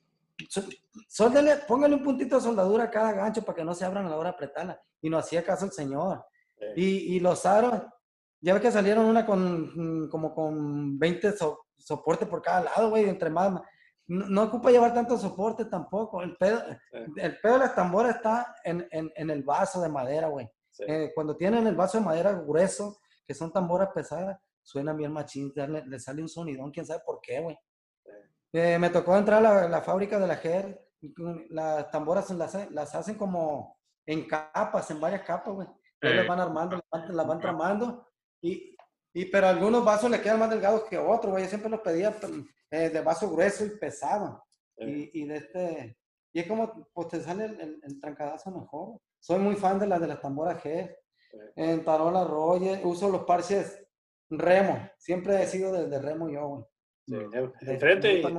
Sóldele, póngale un puntito de soldadura a cada gancho para que no se abran a la hora de apretarla. Y no hacía caso el señor. ¿Eh? Y, y los aros, ya ves que salieron una con como con veinte so, soportes por cada lado, güey, entre más. No, no ocupa llevar tanto soporte tampoco. El pedo, sí. el pedo de las tamboras está en, en, en el vaso de madera, güey. Sí. Eh, cuando tienen el vaso de madera grueso, que son tamboras pesadas, suenan bien machín, le, le sale un sonidón, quién sabe por qué, güey. Sí. Eh, me tocó entrar a la, la fábrica de la G E R, las tamboras las, las hacen como en capas, en varias capas, güey. Ellos las van armando, las van, las van tramando. Y, y, pero algunos vasos le quedan más delgados que otros, güey. Yo siempre los pedía eh, de vaso grueso y pesado. Sí. Y, y de este... Y es como, pues te sale el, el, el trancadazo mejor. Soy muy fan de las de las tamboras G. Sí. En tarola Roger, uso los parches remo. Siempre he sido de, de remo yo, güey. Sí, de, de frente y...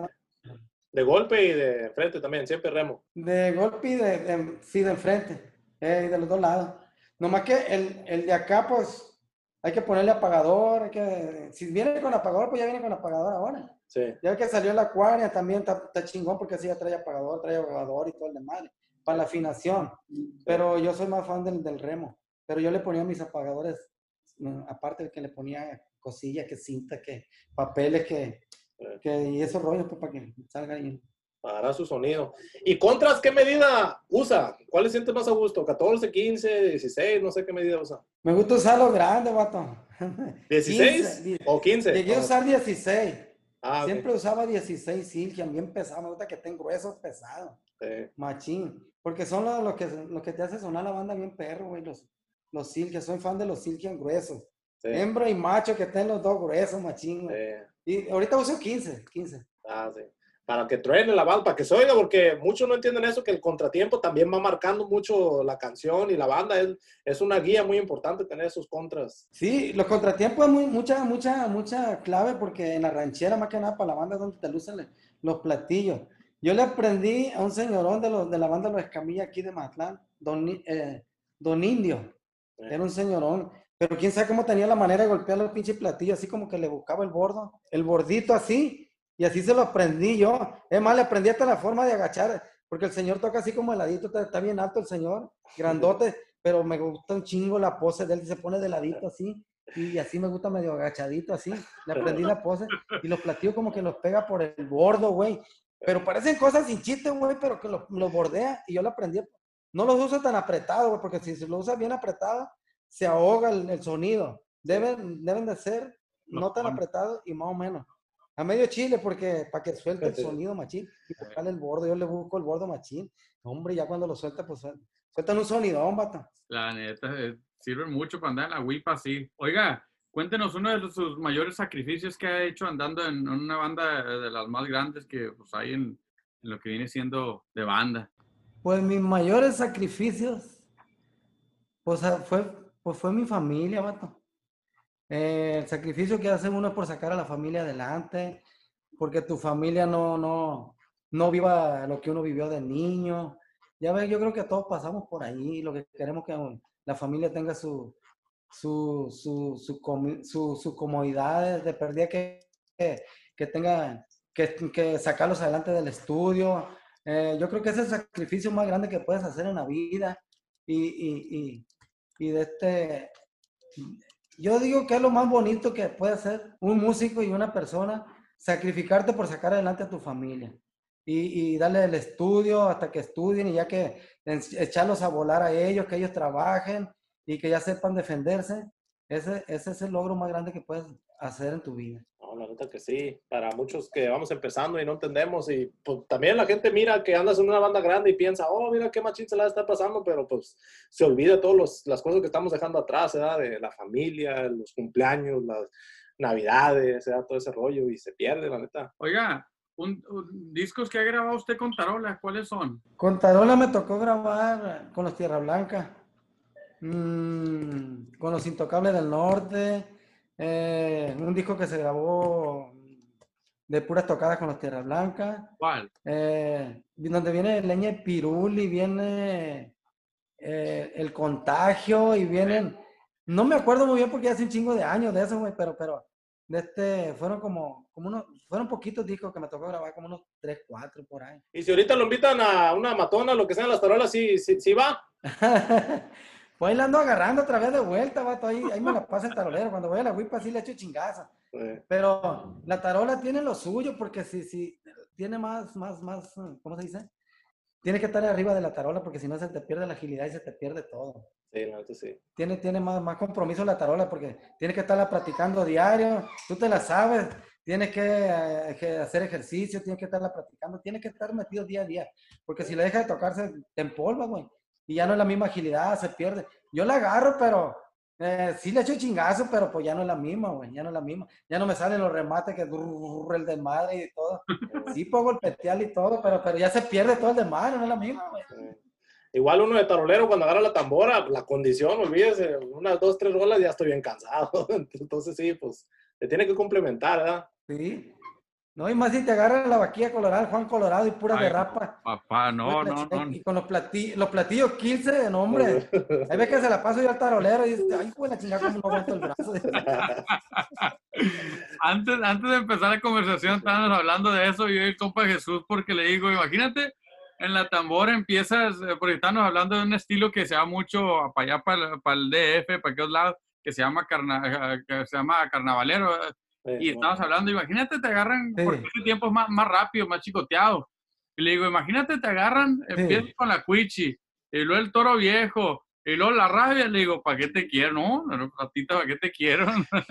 De golpe y de frente también, siempre remo. De golpe y de, de sí, de frente, eh, de los dos lados. Nomás que el, el de acá, pues, hay que ponerle apagador, hay que, si viene con apagador, pues ya viene con apagador ahora. Sí. Ya que salió la Aquaria también está, está chingón porque así ya trae apagador, trae apagador y todo el demás, para la afinación. Sí. Pero yo soy más fan del, del remo. Pero yo le ponía mis apagadores, aparte de que le ponía cosillas, que cinta, que papeles, que... Que, y esos rollos pues, para que salga ahí. Para su sonido. ¿Y contras qué medida usa? ¿Cuál le siente más a gusto? ¿catorce, quince, dieciséis? No sé qué medida usa. Me gusta usarlo grande, vato. ¿dieciséis quince, o quince? Llegué a usar dieciséis. Ah, Siempre okay. usaba dieciséis Silkian, bien pesado. Me gusta que estén gruesos, pesados. Sí. Machín. Porque son los, los, que, los que te hace sonar la banda bien perro, güey. Los, los Silkian. Soy fan de los Silkian gruesos. Sí. Hembra y macho que estén los dos gruesos, machín. Sí. Y ahorita uso quince, quince. Ah, sí. Para que truene la banda, para que se oiga, porque muchos no entienden eso, que el contratiempo también va marcando mucho la canción y la banda. Es, es una guía muy importante tener esos contras. Sí, los contratiempos es muy, mucha, mucha, mucha clave, porque en la ranchera, más que nada, para la banda es donde te lucen los platillos. Yo le aprendí a un señorón de, los, de la banda Los Escamilla aquí de Mazatlán, Don, eh, Don Indio. Sí. Era un señorón. Pero quién sabe cómo tenía la manera de golpear los pinches platillos, así como que le buscaba el bordo, el bordito así, y así se lo aprendí yo. Es más, le aprendí hasta la forma de agachar, porque el señor toca así como heladito, está, está bien alto el señor, grandote, pero me gusta un chingo la pose de él, se pone de ladito así, y así me gusta medio agachadito así. Le aprendí la pose, y los platillos como que los pega por el bordo, güey. Pero parecen cosas sin chiste, güey, pero que los lo bordea, y yo lo aprendí. No los uso tan apretados, güey, porque si se lo usa bien apretado, se ahoga el, el sonido. Deben, deben de ser no, no tan apretados y más o menos. A medio chile, porque para que suelte el sonido machín y buscarle el bordo. Yo le busco el bordo machín. Hombre, ya cuando lo suelta, pues sueltan un sonidón, vato. La neta, eh, sirven mucho para andar en la huipa así. Oiga, cuéntenos uno de sus mayores sacrificios que ha hecho andando en una banda de las más grandes que pues, hay en, en lo que viene siendo de banda. Pues mis mayores sacrificios, pues fue, pues fue mi familia, vato. Eh, el sacrificio que hace uno es por sacar a la familia adelante, porque tu familia no, no, no viva lo que uno vivió de niño. Ya ves, yo creo que todos pasamos por ahí, lo que queremos que la familia tenga su, su, su, su, comi, su, su comodidades, de perdida que, que, que tenga que, que sacarlos adelante del estudio. Eh, yo creo que ese es el sacrificio más grande que puedes hacer en la vida. Y, y, y, y de este, yo digo que es lo más bonito que puede hacer un músico y una persona, sacrificarte por sacar adelante a tu familia. Y, y darle el estudio hasta que estudien y ya que echarlos a volar a ellos, que ellos trabajen y que ya sepan defenderse. Ese, ese es el logro más grande que puedes hacer en tu vida. No, la neta que sí. Para muchos que vamos empezando y no entendemos, y pues también la gente mira que andas en una banda grande y piensa, oh, mira qué machín se la está pasando, pero pues se olvida todas las cosas que estamos dejando atrás, ¿verdad? De la familia, los cumpleaños, las navidades, ¿verdad? Todo ese rollo, y se pierde, la neta. Oiga, un, un, discos que ha grabado usted con Tarola, ¿cuáles son? Con Tarola me tocó grabar con los Tierra Blanca, mmm, con los Intocables del Norte, eh, un disco que se grabó de puras tocadas con los Tierra Blanca. ¿Cuál? Eh, donde viene Leña de Piruli, viene eh, El Contagio y vienen, no me acuerdo muy bien porque hace un chingo de años de eso, güey, pero, pero de este, fueron como, como unos, fueron poquitos discos que me tocó grabar, como unos tres, cuatro por ahí. Y si ahorita lo invitan a una matona, lo que sean las tarolas, ¿sí, sí, sí va? Pues ahí la ando agarrando otra vez de vuelta, vato, ahí, ahí me la pasa el tarolero, cuando voy a la huipa sí le echo chingaza. Sí. Pero la tarola tiene lo suyo, porque si, si, tiene más, más, más, ¿cómo se dice? Tiene que estar arriba de la tarola, porque si no se te pierde la agilidad y se te pierde todo. Sí, la neta sí. Tiene, tiene más, más compromiso la tarola, porque tienes que estarla practicando diario, tú te la sabes, tienes que, eh, que hacer ejercicio, tienes que estarla practicando, tienes que estar metido día a día, porque si la dejas de tocarse, te empolva, güey. y ya no es la misma agilidad, se pierde. Yo la agarro, pero eh, sí le echo chingazo, pero pues ya no es la misma, güey, ya no es la misma. Ya no me salen los remates que brrr, el desmadre y todo. Sí puedo golpetear y todo, pero, pero ya se pierde todo el desmadre, no es la misma, güey. Igual uno de tarolero cuando agarra la tambora, la condición, olvídese, unas dos, tres rolas ya estoy bien cansado. Entonces sí, pues te tiene que complementar, ¿verdad? Sí. No, y más si te agarran la vaquilla colorada, Juan Colorado y pura Ay, derrapa. papá, no, no, no. Y con los platillos, los platillos quince, no, hombre. Ahí ves que se la paso yo al tarolero y dice, ay, güey, la chingada, como no aguanto el brazo. Antes, antes de empezar la conversación, estábamos hablando de eso, yo y el compa Jesús, porque le digo, imagínate, en la tambora empiezas, porque estamos hablando de un estilo que se va mucho para allá, para, para el D F, para aquellos lados, que se llama, carna, que se llama carnavalero. Sí, y estamos hablando, imagínate, te agarran, sí. Porque ese tiempo es más, más rápido, más chicoteado. Y le digo, imagínate, te agarran, sí. Empiezas con la cuichi, y luego el toro viejo, y luego la rabia. Le digo, ¿para qué te quiero? No, ratita, ¿para qué te quiero?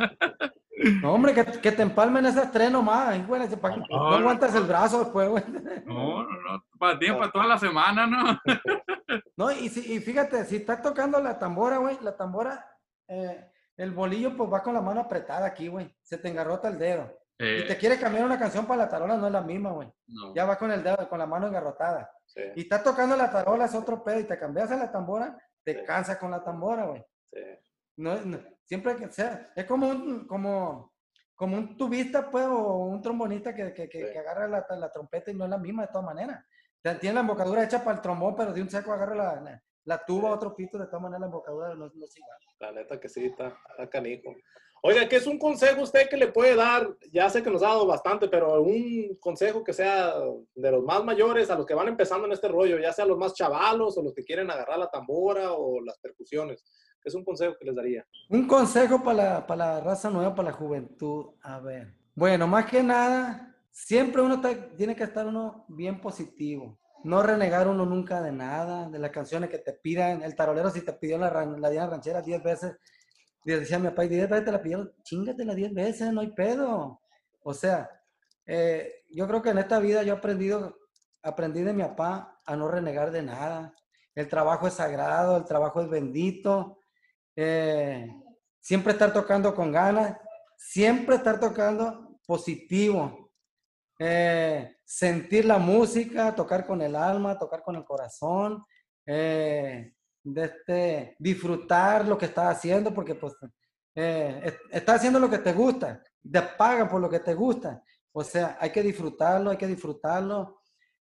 No, hombre, que, que te empalmen esas tres nomás, güey, para, no, no aguantas no, el brazo después, güey. No, no, no, para ti, para toda la semana, ¿no? No, y, si, y fíjate, si estás tocando la tambora, güey, la tambora, eh, el bolillo pues va con la mano apretada aquí, güey, se te engarrota el dedo. Eh. Y te quiere cambiar una canción para la tarola, no es la misma, güey. No. Ya va con el dedo, con la mano engarrotada. Sí. Y estás tocando la tarola, es otro pedo, y te cambias a la tambora, te sí. cansas con la tambora, güey. Sí. No, no, siempre que sea, es como un, como, como un tubista, pues, o un trombonista que, que, que, sí. que agarra la, la trompeta y no es la misma de todas maneras. Tiene la embocadura hecha para el trombón, pero de un seco agarra la, la, la tuba, sí. Otro pito, de todas maneras la embocadura no, no es igual. La neta que sí, está, está canijo. Oiga, ¿qué es un consejo usted que le puede dar? Ya sé que nos ha dado bastante, pero un consejo que sea de los más mayores a los que van empezando en este rollo, ya sea los más chavalos o los que quieren agarrar la tambora o las percusiones. ¿Qué es un consejo que les daría? Un consejo para la, para la raza nueva, para la juventud. A ver. Bueno, más que nada, siempre uno está, tiene que estar uno bien positivo. No renegar uno nunca de nada, de las canciones que te pidan. El tarolero, si te pidió la, la Diana Ranchera diez veces, decía mi papá, y diez veces te la pidieron, chingatela diez veces, no hay pedo. O sea, eh, yo creo que en esta vida yo he aprendido, aprendí de mi papá a no renegar de nada. El trabajo es sagrado, el trabajo es bendito. Eh, siempre estar tocando con ganas, siempre estar tocando positivo. Eh, sentir la música, tocar con el alma, tocar con el corazón. Eh, de este, disfrutar lo que estás haciendo, porque pues eh, estás haciendo lo que te gusta, te pagan por lo que te gusta, o sea, hay que disfrutarlo, hay que disfrutarlo.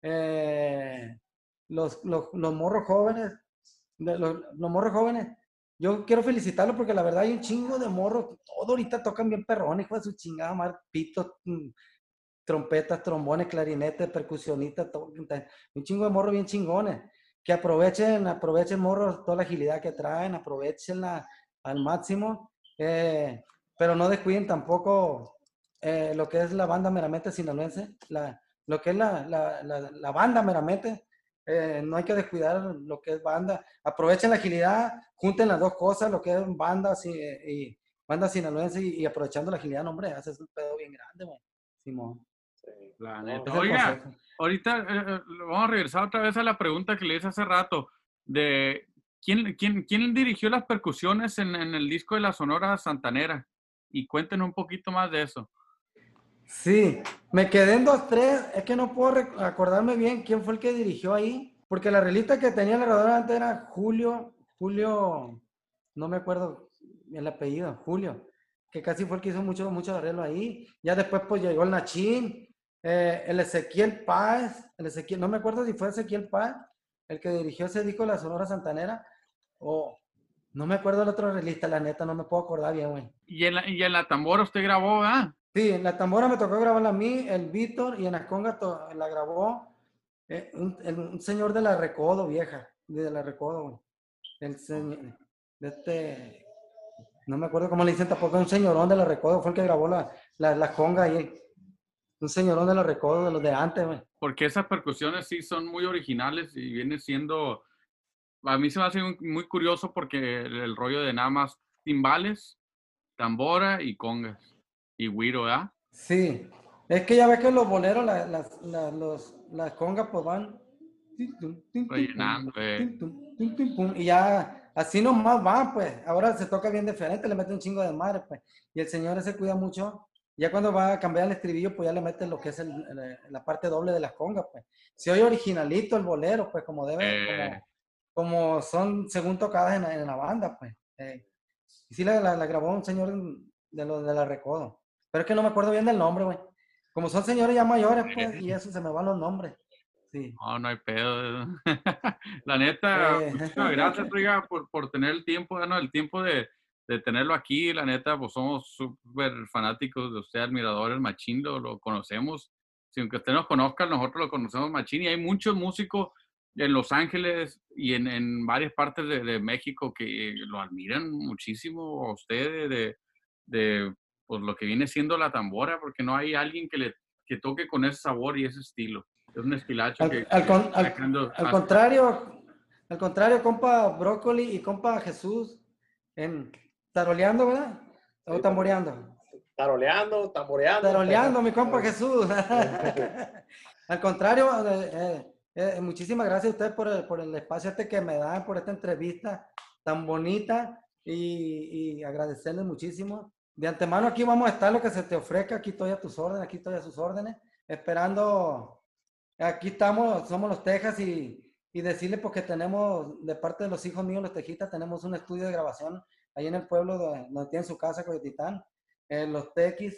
Eh, los, los, los morros jóvenes, los, los morros jóvenes, yo quiero felicitarlos porque la verdad hay un chingo de morros, todos ahorita tocan bien perrones, hijo de su chingada madre, pitos, trompetas, trombones, clarinetes, percusionistas, todo, un chingo de morros bien chingones. Que aprovechen, aprovechen morros toda la agilidad que traen, aprovechenla al máximo, eh, pero no descuiden tampoco eh, lo que es la banda meramente sinaloense, la, lo que es la, la, la, la banda meramente, eh, no hay que descuidar lo que es banda, aprovechen la agilidad, junten las dos cosas, lo que es banda y, y banda sinaloense y, y aprovechando la agilidad, no, hombre, haces un pedo bien grande, güey, Simón. Sí, la neta. Oiga, ahorita eh, vamos a regresar otra vez a la pregunta que le hice hace rato de quién, quién, quién dirigió las percusiones en, en el disco de la Sonora Santanera, y cuéntenos un poquito más de eso. Sí, me quedé en dos, tres, es que no puedo acordarme bien quién fue el que dirigió ahí, porque la relista que tenía el narrador antes era Julio, Julio, no me acuerdo el apellido, Julio, que casi fue el que hizo mucho, mucho arreglo ahí. Ya después pues llegó el Nachín, eh, el Ezequiel Páez, el Ezequiel, no me acuerdo si fue Ezequiel Páez el que dirigió ese disco de la Sonora Santanera, o no me acuerdo el otro relista, la neta, no me puedo acordar bien, güey. ¿Y en la, y en la tambora usted grabó, ah? Sí, en la tambora me tocó grabarla a mí, el Víctor, y en la conga la grabó eh, un, el, un señor de la Recodo, vieja, de la Recodo, güey. El señor, de este... No me acuerdo cómo le dicen tampoco, un señorón de la Recodo, fue el que grabó la, la, la conga ahí. Un señorón de la Recodo, de los de antes, güey. Porque esas percusiones sí son muy originales y viene siendo... A mí se me hace muy curioso porque el, el rollo de nada más timbales, tambora y congas. Y güiro, ¿verdad? Sí. Es que ya ves que los boleros, las, las, las, los, las congas, pues van... Rellenando, eh. pum, pum, pum, y ya así nomás va, pues. Ahora se toca bien diferente, le mete un chingo de madre, pues. Y el señor ese cuida mucho. Ya cuando va a cambiar el estribillo, pues ya le mete lo que es el, el, la parte doble de las congas, pues. Se oye originalito el bolero, pues, como debe, Eh, como, como son según tocadas en, en la banda, pues. Eh, y sí la, la, la grabó un señor de, lo, de la Recodo. Pero es que no me acuerdo bien del nombre, güey. Como son señores ya mayores, pues, y eso se me van los nombres. Sí. no, no hay pedo. La neta, Eh, muchísimas gracias, oiga, por, por tener el tiempo, no, el tiempo de, de tenerlo aquí. La neta, pues somos súper fanáticos de usted, admiradores, machín, lo, lo conocemos. Si aunque usted nos conozca, nosotros lo conocemos machín. Y hay muchos músicos en Los Ángeles y en, en varias partes de, de México que lo admiran muchísimo a usted de, de, de, pues, lo que viene siendo la tambora, porque no hay alguien que le que toque con ese sabor y ese estilo. Es un estilacho que, al, al, que con, está al, dejando al hasta- contrario, al contrario, compa Brócoli y compa Jesús, en taroleando, ¿verdad? O Sí, también. tamboreando. Taroleando, tamboreando. Taroleando, mi compa Jesús. Al contrario, eh, eh, eh, muchísimas gracias a ustedes por el, por el espacio este que me dan, por esta entrevista tan bonita y, y agradecerles muchísimo. De antemano aquí vamos a estar, lo que se te ofrezca, aquí estoy a tus órdenes, aquí estoy a sus órdenes, esperando, aquí estamos, somos los Tejas y, y decirle porque tenemos, de parte de los hijos míos, los Tejitas, tenemos un estudio de grabación ahí en el pueblo de, donde tienen su casa, Coyotitán, eh, los Tequis,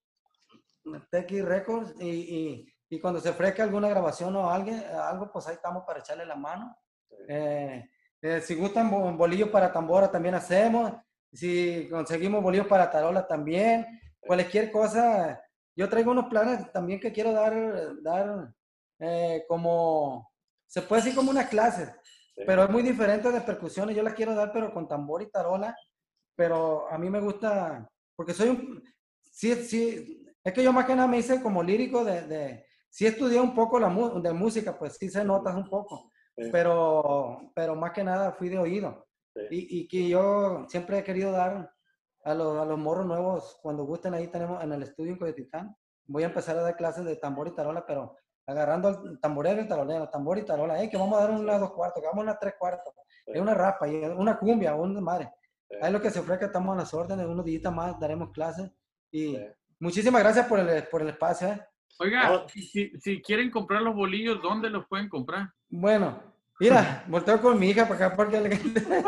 Tequis Records, y, y, y cuando se ofrezca alguna grabación o alguien, algo, pues ahí estamos para echarle la mano. Eh, eh, si gustan bolillos para tambora, también hacemos. Si conseguimos bolillos para tarola, también. Cualquier cosa. Yo traigo unos planes también que quiero dar, dar eh, como, se puede decir como unas clases, Sí. pero es muy diferente de percusiones. Yo las quiero dar, pero con tambor y tarola. Pero a mí me gusta, porque soy un, sí, sí, es que yo más que nada me hice como lírico de, de sí estudié un poco la de música, pues sí sé notas un poco, Sí. pero, pero más que nada fui de oído. Sí. Y, y que yo siempre he querido dar a los, a los morros nuevos, cuando gusten, ahí tenemos en el estudio en Coyotitán, voy a empezar a dar clases de tambor y tarola, pero agarrando el tamborero y tarolero, tambor y tarola, eh, que vamos a dar una dos cuartos, que vamos a una tres cuartos, Sí. es una rapa, y una cumbia, una madre. Sí. Ahí lo que se ofrezca, estamos a las órdenes, unos días más daremos clases. Y Sí. muchísimas gracias por el, por el espacio. ¿eh? Oiga, No. si, si quieren comprar los bolillos, ¿dónde los pueden comprar? Bueno, mira, volteo con mi hija para acá porque le,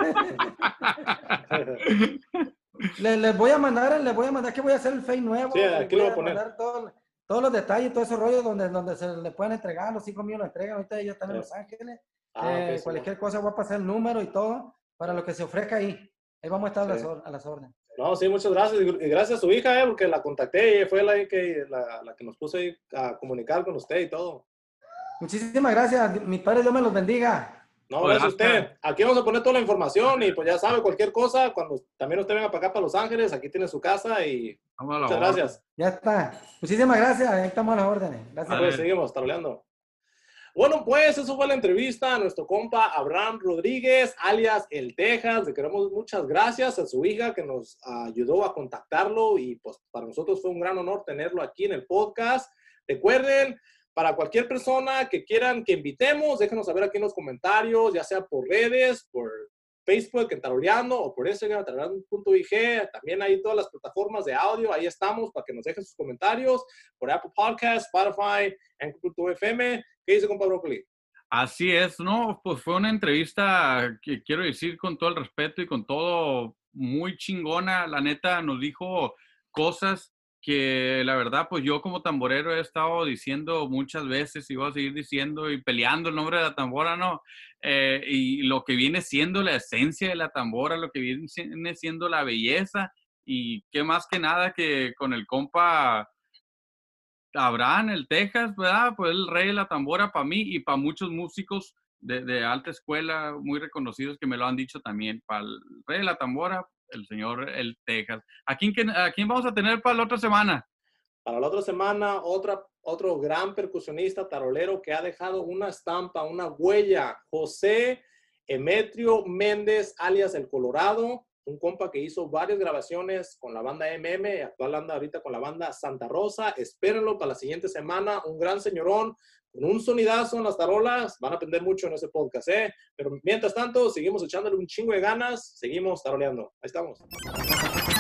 le- les voy a mandar, les voy a mandar que voy a hacer el Face nuevo. Sí, aquí voy lo voy a a poner. mandar todo- todos los detalles, todo ese rollo donde, donde se le pueden entregar, los hijos míos lo entregan, ahorita ellos están en Sí. Los Ángeles. Ah, Eh, ok, sí, cualquier cosa voy a pasar el número y todo para lo que se ofrezca ahí. Ahí vamos a estar a, las, Sí. or- a las órdenes. No, sí, muchas gracias. Y gracias a su hija, eh, porque la contacté y fue la que, la, la que nos puso ahí a comunicar con usted y todo. Muchísimas gracias. Mi padre, Dios me los bendiga. No, gracias a usted. Aquí vamos a poner toda la información y pues ya sabe, cualquier cosa, cuando también usted venga para acá, para Los Ángeles, aquí tiene su casa y Vamos a la muchas orden. gracias. Ya está. Muchísimas gracias. Ahí estamos a las órdenes. Gracias. A Pues ver. seguimos taroleando. Bueno, pues eso fue la entrevista a nuestro compa Abraham Rodríguez, alias El Tejas. Le queremos muchas gracias a su hija que nos ayudó a contactarlo y pues para nosotros fue un gran honor tenerlo aquí en el podcast. Recuerden, para cualquier persona que quieran que invitemos, déjenos saber aquí en los comentarios, ya sea por redes, por Facebook en Taroleando o por Instagram, taroleando punto i g. También hay todas las plataformas de audio, ahí estamos para que nos dejen sus comentarios, por Apple Podcasts, Spotify, Anchor punto f m. ¿Qué dice, compa Brócoli? Así es, no, pues fue una entrevista que quiero decir con todo el respeto y con todo muy chingona. La neta nos dijo cosas que la verdad, pues yo como tamborero he estado diciendo muchas veces y voy a seguir diciendo y peleando el nombre de la tambora, ¿no? Eh, y lo que viene siendo la esencia de la tambora, lo que viene siendo la belleza y qué más que nada que con el compa Abraham, el Tejas, ¿verdad? Pues el rey de la tambora para mí y para muchos músicos de, de alta escuela muy reconocidos que me lo han dicho también. Para el rey de la tambora, el señor el Tejas. ¿A quién, a quién vamos a tener para la otra semana? Para la otra semana, otra, otro gran percusionista tarolero que ha dejado una estampa, una huella, José Emetrio Méndez, alias El Colorado. un compa que hizo varias grabaciones con la banda M M, actual anda ahorita con la banda Santa Rosa. Espérenlo para la siguiente semana, un gran señorón, con un sonidazo en las tarolas. Van a aprender mucho en ese podcast, ¿eh? Pero mientras tanto, seguimos echándole un chingo de ganas, seguimos taroleando. Ahí estamos.